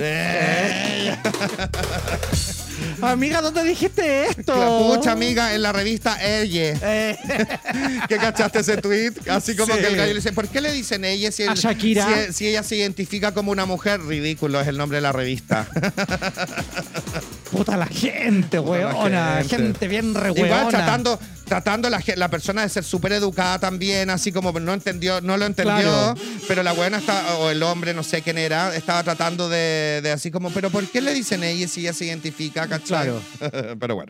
Amiga, ¿dónde dijiste esto? La pucha amiga en la revista Elle. ¿Qué cachaste ese tweet? Así como Sí. que el gallo le dice, ¿por qué le dicen ella si, A Shakira. si ella se identifica como una mujer? Ridículo, es el nombre de la revista. Puta la gente, weona. gente. Gente bien re weona. Igual tratando la persona de ser súper educada también, así como no lo entendió, Claro. pero la buena o el hombre, no sé quién era, estaba tratando de así como, pero ¿por qué le dicen ella si ella se identifica, cachai? Claro. Pero bueno.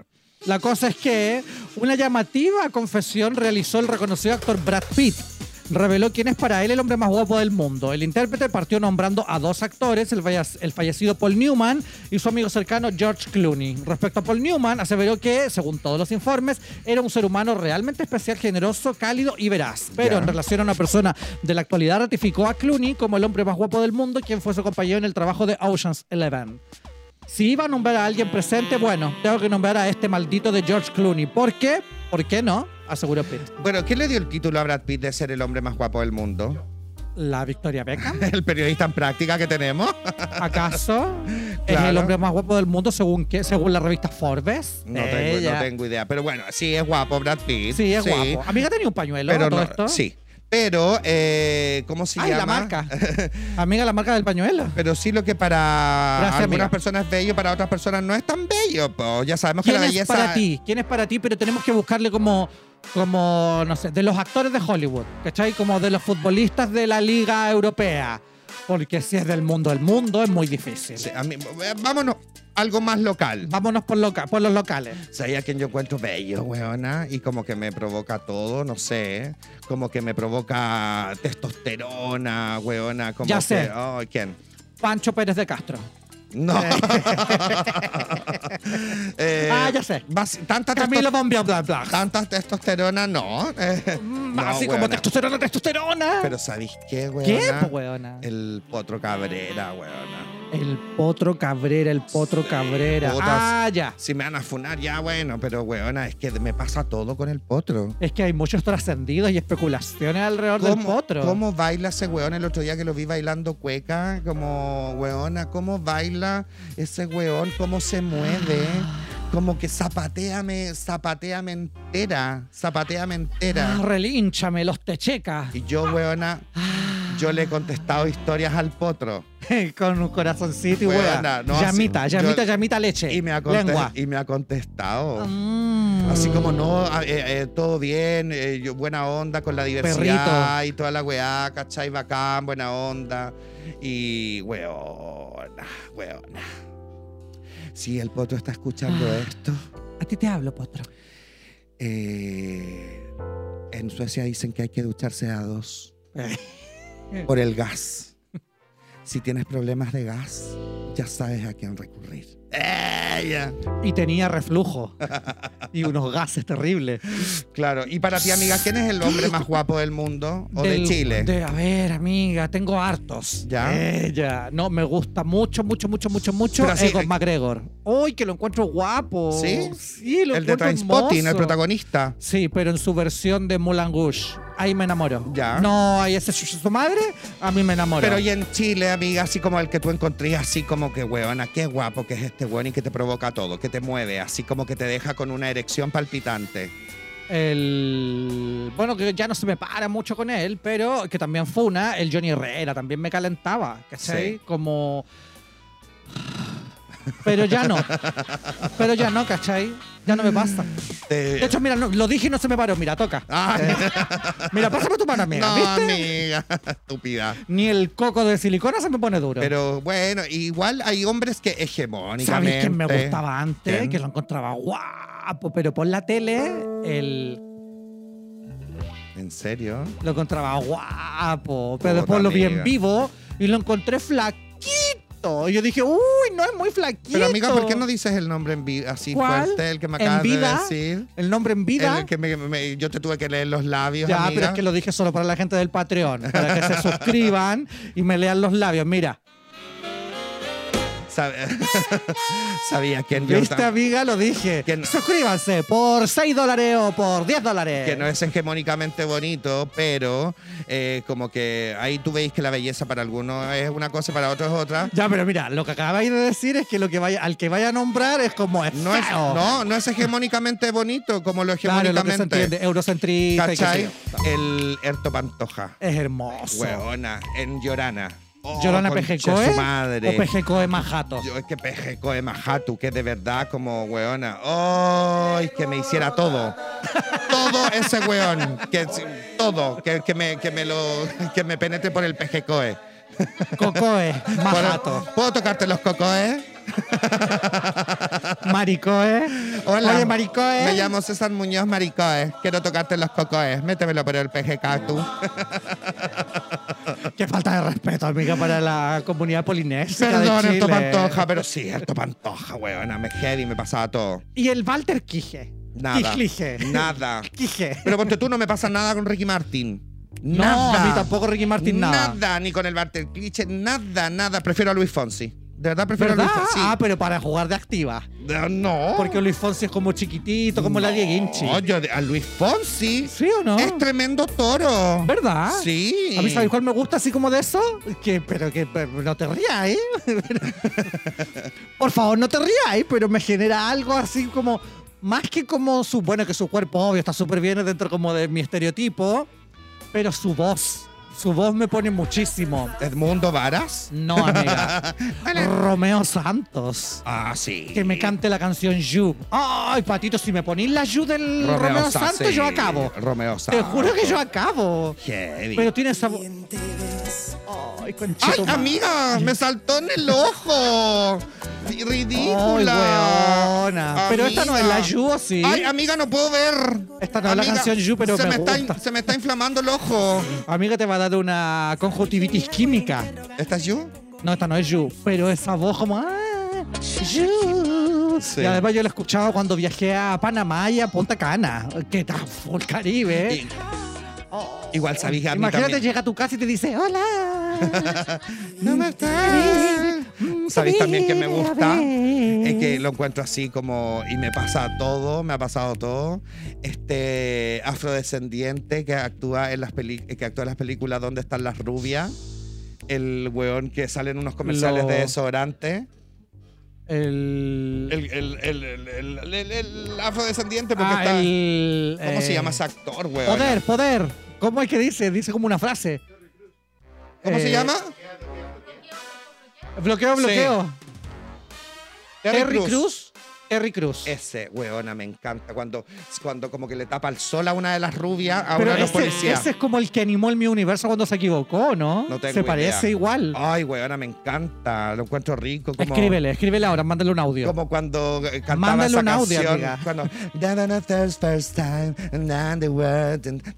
La cosa es que una llamativa confesión realizó el reconocido actor Brad Pitt. Reveló quién es para él el hombre más guapo del mundo. El intérprete partió nombrando a 2 actores, el fallecido Paul Newman y su amigo cercano George Clooney. Respecto a Paul Newman, aseveró que, según todos los informes, era un ser humano realmente especial, generoso, cálido y veraz. Pero en relación a una persona de la actualidad, ratificó a Clooney como el hombre más guapo del mundo, quien fue su compañero en el trabajo de Ocean's 11. Si iba a nombrar a alguien presente, bueno, tengo que nombrar a este maldito de George Clooney. ¿Por qué? ¿Por qué no? Aseguró Pitt. Bueno, ¿quién le dio el título a Brad Pitt de ser el hombre más guapo del mundo? ¿La Victoria Beckham? ¿El periodista en práctica que tenemos? ¿Acaso es Claro. el hombre más guapo del mundo según qué? ¿Según la revista Forbes? No tengo idea. Pero bueno, sí es guapo Brad Pitt. Sí, es guapo. Amiga, tenía un pañuelo, Pero todo no, esto. sí. Pero, ¿cómo se Ay, llama? la marca. Amiga, la marca del pañuelo. Pero sí lo que para Gracias, algunas amiga. personas es bello, para otras personas no es tan bello. Po. Ya sabemos que ¿Quién la es belleza... para ti? ¿Quién es para ti? Pero tenemos que buscarle como, no sé, de los actores de Hollywood, ¿cachai? Como de los futbolistas de la Liga Europea. Porque si es del mundo es muy difícil. Sí, vámonos, algo más local. Vámonos por los locales. ¿Sabes a quien yo encuentro bello, weona? Y como que me provoca todo, no sé. Como que me provoca testosterona, weona. Como Ya que, sé. Oh, ¿quién? Pancho Pérez de Castro. No. Ya sé. Tanta, Camilo Von Bla Bla Bla. tanta testosterona, no. No, Así como weona. testosterona. Pero ¿sabéis qué, weona? ¿Qué, po, weona? El Potro Cabrera, weona. El Potro Cabrera. Putas. Ah, ya. Si me van a funar, ya bueno, pero weona, es que me pasa todo con el Potro. Es que hay muchos trascendidos y especulaciones alrededor del Potro. ¿Cómo baila ese weón? El otro día que lo vi bailando cueca, como weona, ¿cómo baila ese weón? ¿Cómo se mueve? Como que zapateame entera. Relínchame los techecas. Y yo, weona, yo le he contestado historias al Potro. Con un corazoncito y Weona, hueá. no, llamita, así, llamita leche. Y me ha, Lengua. contestado. Mm. Así como no, todo bien, buena onda con la diversidad y toda la weá, ¿cachai? Bacán, buena onda. Y weona. Si el Potro está escuchando esto, A ti te hablo, Potro. en Suecia dicen que hay que ducharse a 2 por el gas. Si tienes problemas de gas, ya sabes a quién recurrir. ¡Ella! Y tenía reflujo. Y unos gases terribles. Claro. Y para ti, amiga, ¿quién es el hombre más guapo del mundo o de Chile? A ver, amiga, tengo hartos. ¿Ya? Ella. No, me gusta mucho Pero así, Egon McGregor. ¡Uy, que lo encuentro guapo! ¿Sí? Sí, lo El de encuentro Trainspotting, el hermoso. protagonista. Sí, pero en su versión de Moulin Rouge. Ahí me enamoro. Ya. No, ahí ese su madre, a mí me enamoro. Pero y en Chile, amiga, así como el que tú encontrás, así como que, weona, qué guapo que es este weón y que te provoca todo, que te mueve, así como que te deja con una erección palpitante. Bueno, que ya no se me para mucho con él, pero que también fue el Johnny Herrera, también me calentaba, ¿cachai? Sí. Como... Pero ya no, ¿cachai? Ya no me pasa. De hecho, mira, lo dije y no se me paró. Mira, toca. Ay. Mira, pásame tu mano, amiga, No, ¿viste? amiga, estúpida. Ni el coco de silicona se me pone duro. Pero bueno, igual hay hombres que hegemónicamente... ¿Sabes quién me gustaba antes? ¿Quién? Que lo encontraba guapo, pero por la tele, ¿En serio? lo encontraba guapo. Pero Puta, después lo vi amiga. en vivo y lo encontré flaquito. Y yo dije, uy, no es muy flaquito. Pero amiga, ¿por qué no dices el nombre en vida así ¿Cuál? fuerte, el que me ¿En acabas de vida? decir? ¿El nombre en vida? El que yo te tuve que leer los labios, Ya, amiga. pero es que lo dije solo para la gente del Patreon, para que se suscriban y me lean los labios. Mira, Sabía quién yo ¿viste, amiga? Lo dije. Que no- Suscríbanse por $6 o por $10. que no es hegemónicamente bonito, pero como que ahí tú veis que la belleza para algunos es una cosa y para otros es otra. Ya, pero mira, lo que acabáis de decir es que al que vaya a nombrar es como es No es, feo. no es hegemónicamente bonito como lo Claro, lo que se hegemónicamente. entiende, eurocentrista y qué sé ¿Cachai? yo. El Erto Pantoja. Es hermoso. Huevona, en Llorana. Oh, ¿Llorana concha Pejecoe su madre. o Pejecoe Majato? Yo es que Pejecoe Majatu, que de verdad como hueona. ¡Ay! Que me hiciera todo. Todo ese hueón. Todo. Que me penetre por el Pejecoe. Cocoe Majato. ¿Puedo tocarte los cocoes? Maricoe. Hola. Oye, Maricoe. Me llamo César Muñoz Maricoe. Quiero tocarte los cocoes. Métemelo por el PGK, tú. Qué falta de respeto, amiga, para la comunidad polinésica Perdón, de el Chile. Topantoja, pero sí, el Topantoja, weona. Me heavy, me pasaba todo. Y el Walter Quije. Nada. Quije. Nada. Quije. Pero ponte tú, no me pasa nada con Ricky Martin. No, Nada. a mí tampoco Ricky Martin nada. Nada, ni con el Walter Cliche, nada. Prefiero a Luis Fonsi. De verdad prefiero ¿Verdad? a Luis Fonsi. Ah, pero para jugar de activa. No. Porque Luis Fonsi es como chiquitito, como la Dieguinchi. No, a Luis Fonsi ¿Sí o no? es tremendo toro. ¿Verdad? Sí. A mí, ¿sabes cuál me gusta así como de eso? Pero no te rías, ¿eh? Por favor, no te rías, ¿eh? Pero me genera algo así como... Más que como su... Bueno, que su cuerpo, obvio, está súper bien dentro como de mi estereotipo. Pero su voz me pone muchísimo. ¿Edmundo Varas? No, amiga. Romeo Santos. Ah, sí. Que me cante la canción You. Ay, Patito, si me ponís la You del Romeo Santos, sí. yo acabo. Romeo Te Santos. juro que yo acabo. Heavy. Pero tiene esa voz. Ay, conchito. ¡Ay, amiga! ¡Me saltó en el ojo! Ay, ¡Ridícula! weona. Pero esta no es la You, ¿o sí? ¡Ay, amiga, no puedo ver! Esta no es la canción You, pero me gusta. Se me está inflamando el ojo. Amiga, te va a dar una conjuntivitis química. ¿Esta es You? No, esta no es You, pero esa voz como... You. Sí. Y además yo la he escuchado cuando viajé a Panamá y a Punta Cana, que está full Caribe. Igual sabías que a mí Imagínate, también. llega a tu casa y te dice, hola. ¿Cómo estás? ¿Sabéis también que me gusta? Es que lo encuentro así como... Y me pasa todo, me ha pasado todo. Este afrodescendiente que actúa en las películas ¿Dónde están las rubias? El weón que sale en unos comerciales de desodorante. El afrodescendiente porque está... ¿Cómo se llama ese actor, weón? Poder. ¿Cómo es que dice? Dice como una frase. ¿Cómo se llama? Bloqueo. Terry Terry Cruz. Ese, weona, me encanta. Cuando como que le tapa el sol a una de las rubias, a Pero una de los policías. ese es como el que animó el Mi Universo cuando se equivocó, ¿no? No tengo Se parece idea. igual. Ay, weona, me encanta. Lo encuentro rico. Como, Escríbele ahora, mándale un audio. Como cuando cantaba Mándale esa un audio, canción. amiga. Cuando... First time, and then the word, and...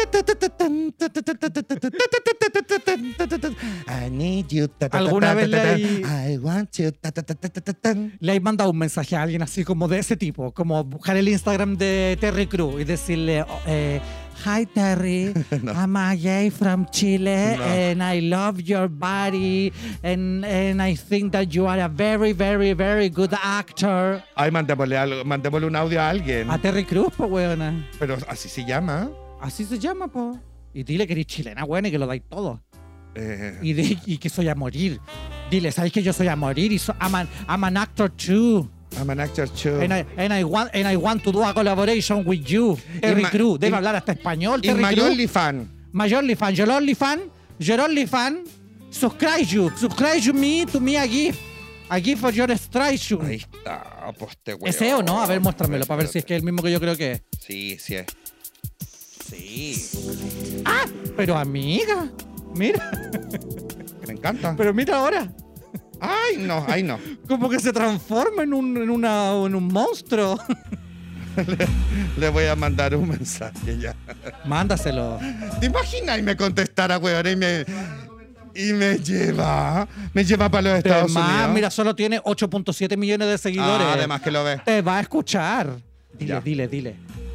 I need you. ¿Alguna vez I want you. le hay mandado un mensaje a alguien así como de ese tipo? Como buscar el Instagram de Terry Cruz y decirle... Hi Terry, I'm a gay from Chile and I love your body and I think that you are a very, very, very good actor. Ay, mandémosle un audio a alguien. A Terry Cruz, pues, weona. Pero así se llama. Así se llama, pues. Y dile que eres chilena, weona, y que lo dais todo. Eh, Y que soy a morir. Dile, ¿sabes que yo soy a morir? Y I'm an actor too. I'm an actor too. And I want to do a collaboration with you. Terry Cruz. Debe hablar hasta español, Y Terry my Cruz. only fan. My OnlyFans, your OnlyFans, subscribe you me to me a gift for your subscription. Ahí está, pues te weón. ¿Ese o no? A ver, muéstramelo para ver si es que es el mismo que yo creo que es. Sí, sí es. Sí. ¡Ah! Pero amiga, mira, Me encanta. pero mira ahora. Ay, no, ay, no. Como que se transforma en un monstruo. Le voy a mandar un mensaje ya. Mándaselo. ¿Te imaginas y me contestara, weón? Y me lleva para los Estados Unidos. Mira, solo tiene 8.7 millones de seguidores. Ah, además que lo ves. Te va a escuchar. Ya. Dile.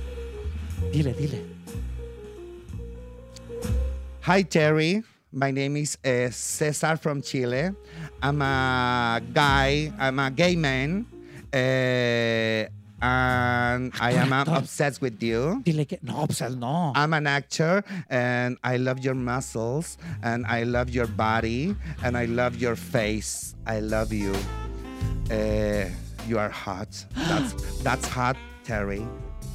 Hi, Terry. My name is Cesar from Chile. I'm a gay man. And I am obsessed with you. Dile que no, pues no. I'm an actor, and I love your muscles, and I love your body, and I love your face. I love you. You are hot. That's hot, Terry.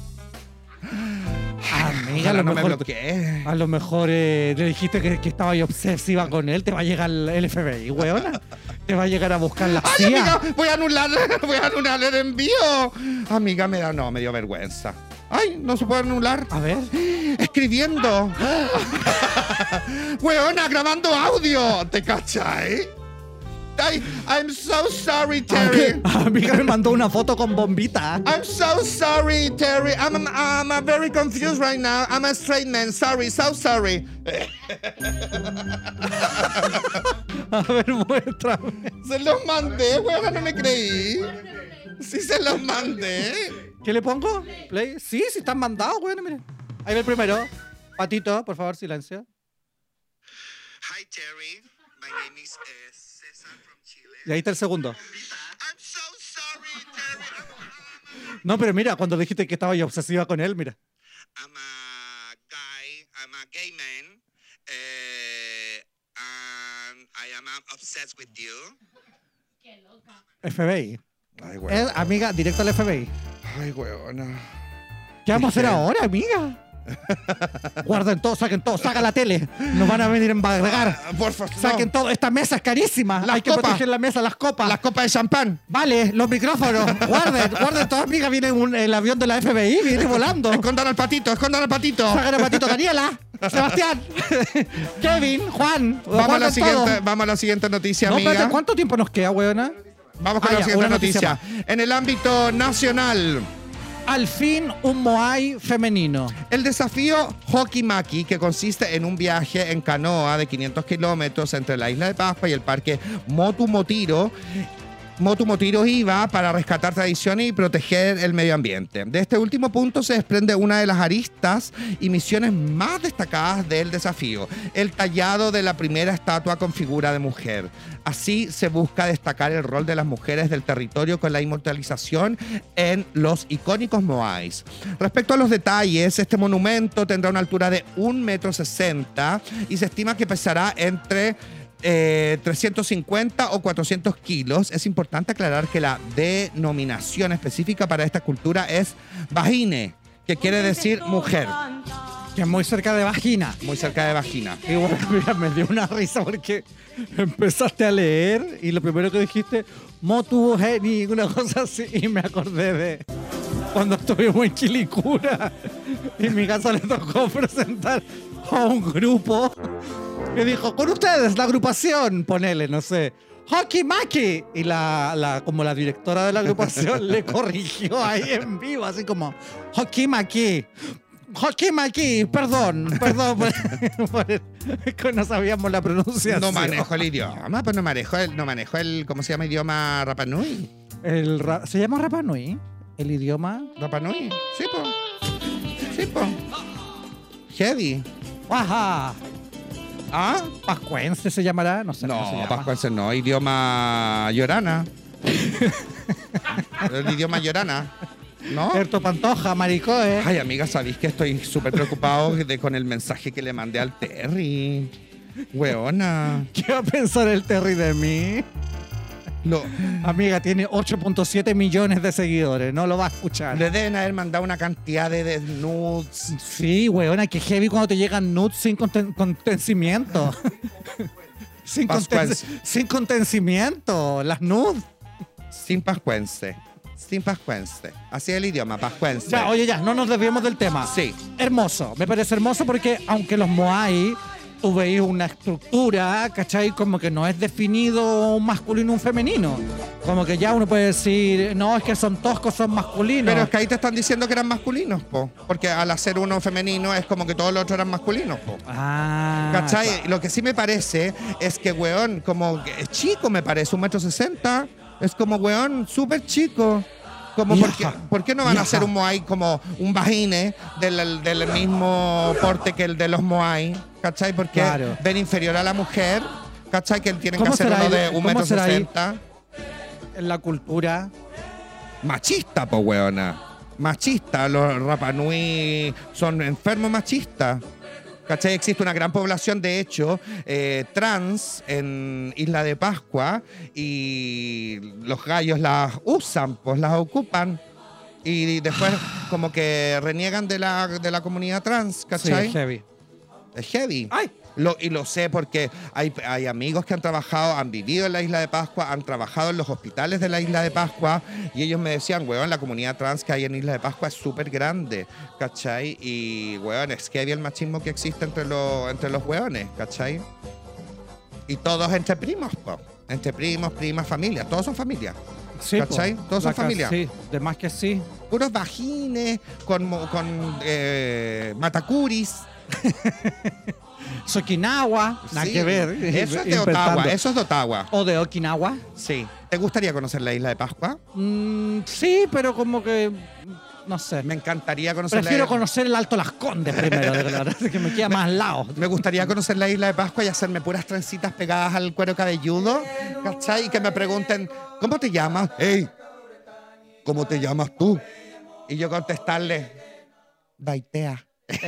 Amiga, Ojalá no me bloqueé. a lo mejor le dijiste que estaba ahí obsesiva con él. Te va a llegar el FBI, weona. Te va a llegar a buscar la ¡Ay, CIA. amiga! Voy a anular el envío. Amiga, me dio vergüenza. ¡Ay, no se puede anular! A ver. Escribiendo. Weona, grabando audio. ¿Te cachai? Ay, I'm so sorry, Terry. Amiga me mandó una foto con bombita. I'm so sorry, Terry. I'm very confused right now. I'm a straight man. Sorry, so sorry. A ver, muéstrame. Se los mandé, weón, no me creí. Sí se los mandé. ¿Qué le pongo? Play. Sí, sí están mandados, güey. Mire. Ahí va el primero. Patito, por favor, silencio. Hi, Terry. My name is Cesar from Chile. Y ahí está el segundo. I'm so sorry, Terry. No, pero mira, cuando dijiste que estaba yo obsesiva con él, mira. I'm a gay man. And I am obsessed with you. FBI. Ay, Amiga, directo al FBI. Ay, weona. ¿Qué vamos a hacer ahora, amiga? Guarden todo, saquen todo, saca la tele. Nos van a venir a embargar. Por favor. Saquen todo. Esta mesa es carísima. Las Hay que copas. proteger la mesa, las copas. Las copas de champán. Vale, los micrófonos. Guarden todo, amiga. Viene el avión de la FBI, viene volando. Escondan al patito, escondan al patito. Sacan el patito, Daniela, Sebastián, Kevin, Juan. Vamos guarden a la siguiente noticia, todo. No, amiga. espérate, ¿cuánto tiempo nos queda, weona? Vamos con la ya, siguiente una noticia noticia. En el ámbito nacional, Al fin, un Moai femenino. el desafío Hockey Maki, que consiste en un viaje en canoa de 500 kilómetros entre la isla de Pascua y el parque Motu Motiro. Motu Motiro iba para rescatar tradiciones y proteger el medio ambiente. De este último punto se desprende una de las aristas y misiones más destacadas del desafío, el tallado de la primera estatua con figura de mujer. Así se busca destacar el rol de las mujeres del territorio con la inmortalización en los icónicos moais. Respecto a los detalles, este monumento tendrá una altura de 1,60 m y se estima que pesará entre 350 o 400 kilos. Es importante aclarar que la denominación específica para esta cultura es vagine, que quiere decir mujer, Que es muy cerca de vagina. muy cerca de vagina. Y bueno, mira, me dio una risa porque empezaste a leer y lo primero que dijiste, Motu Geni, una cosa así, y me acordé de cuando estuvimos en Quilicura y mi casa le tocó presentar a un grupo que dijo, con ustedes, la agrupación, ponele, no sé, Hockey Maki. Y como la directora de la agrupación le corrigió ahí en vivo, así como, Hockey Maki. Joaquín aquí, perdón, es que no sabíamos la pronunciación. No manejo el idioma, pues no manejo el ¿cómo se llama? Idioma Rapa Nui. ¿Se llama Rapa Nui? ¿El idioma? Rapa Nui. Sí, po. Sí, po. Heavy. ¡Ajá! ¿Ah? ¿Pascuense se llamará? No sé cómo se No, llama. pascuense no. Idioma Llorana. El idioma Llorana. ¿No? Erto Pantoja, maricoe. Ay, amiga, ¿sabéis que estoy súper preocupado con el mensaje que le mandé al Terry? Weona. ¿Qué va a pensar el Terry de mí? Amiga, tiene 8.7 millones de seguidores, no lo va a escuchar. Le deben haber mandado una cantidad de nudes. Sí, weona, que heavy cuando te llegan nudes sin contencimiento. sin contencimiento, las nudes. Sin pascuense. Sin pascuense. Así es el idioma, pascuense. Ya, oye, ya, no nos desviemos del tema. Sí. Hermoso, me parece hermoso porque aunque los Moai, tú veis una estructura, ¿cachai? Como que no es definido un masculino o un femenino. Como que ya uno puede decir, no, es que son toscos, son masculinos. Pero es que ahí te están diciendo que eran masculinos, po. Porque al hacer uno femenino es como que todos los otros eran masculinos, po. Ah. ¿Cachai? Claro. Lo que sí me parece es que, weón, como que es chico, me parece, 1,60 m. Es como, weón, súper chico. Como ¿por qué no van a hacer un Moai como un vagine del mismo porte que el de los Moai? ¿Cachai? Porque ven inferior a la mujer. ¿Cachai? Que tienen que hacer uno de 1,60 m. En la cultura. Machista, po, weona. Machista. Los Rapanui son enfermos machistas. ¿Cachai? Existe una gran población, de hecho, trans en Isla de Pascua y los gallos las usan, pues las ocupan y después como que reniegan de la comunidad trans, ¿cachai? Sí, es heavy. Es heavy. ¡Ay! Y lo sé porque hay amigos que han trabajado, han vivido en la Isla de Pascua, han trabajado en los hospitales de la Isla de Pascua y ellos me decían, weón, la comunidad trans que hay en Isla de Pascua es súper grande, ¿cachai? Y, weón, es que había el machismo que existe entre los weones, ¿cachai? Y todos entre primos, po. Entre primos, primas, familia. Todos son familia. Sí, ¿Cachai? po. Todos son familia. Sí, de más que sí. Puros vagines, con matacuris. Okinawa, nada Sí. que ver. Eso es de Inventando. Ottawa. Eso es de Ottawa. O de Okinawa. Sí. ¿Te gustaría conocer la isla de Pascua? Sí, pero como que, no sé. Me encantaría conocer Prefiero la conocer el Alto Las Condes primero, de verdad, que me queda más al lado. Me gustaría conocer la isla de Pascua y hacerme puras trencitas pegadas al cuero cabelludo, ¿cachai? Y que me pregunten, ¿cómo te llamas? ¡Ey! ¿Cómo te llamas tú? Y yo contestarle, Baitea.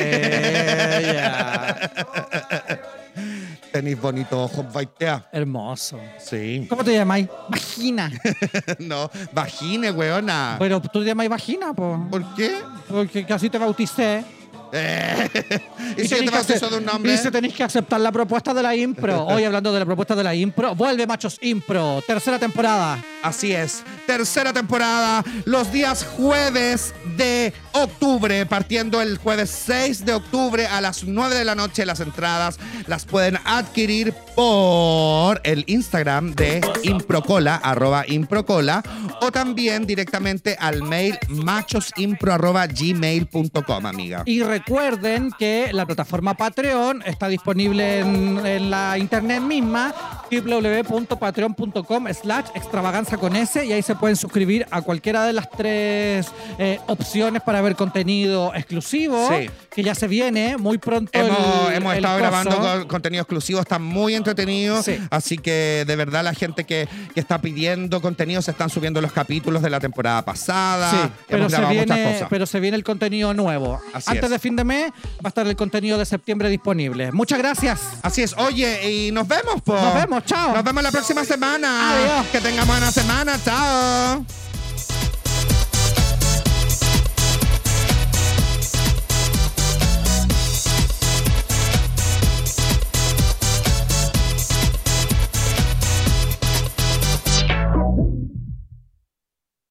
Ya. Tenéis bonitos ojos, Baitea. Hermoso. Sí. ¿Cómo te llamáis? Vagina. No, vagine, weona. Pero tú te llamáis vagina, po. ¿Por qué? Porque casi te bauticé. ¿Y si yo te bautizo de un nombre? Y si tenéis que aceptar la propuesta de la impro. Hoy hablando de la propuesta de la impro, vuelve Machos Impro, tercera temporada. Así es, tercera temporada, los días jueves de octubre, partiendo el jueves 6 de octubre a las 9 de la noche. Las entradas las pueden adquirir por el Instagram de Improcola, @Improcola, o también directamente al mail machosimpro@gmail.com, amiga. Y recuerden que la plataforma Patreon está disponible en la internet misma, www.patreon.com/extravaganza con S, y ahí se pueden suscribir a cualquiera de las 3 opciones para ver contenido exclusivo, Sí. que ya se viene muy pronto. Hemos el estado coso. grabando contenido exclusivo, está muy entretenido, Sí. así que de verdad la gente que está pidiendo contenido, se están subiendo los capítulos de la temporada pasada. Sí, pero Hemos grabado muchas viene, cosas. pero se viene el contenido nuevo. Así Antes es. de fin de mes va a estar el contenido de septiembre disponible. Muchas gracias. Así es. Oye, y nos vemos, po. Nos vemos, chao. Nos vemos la próxima semana. Adiós. Que tengamos buena semana. Chao.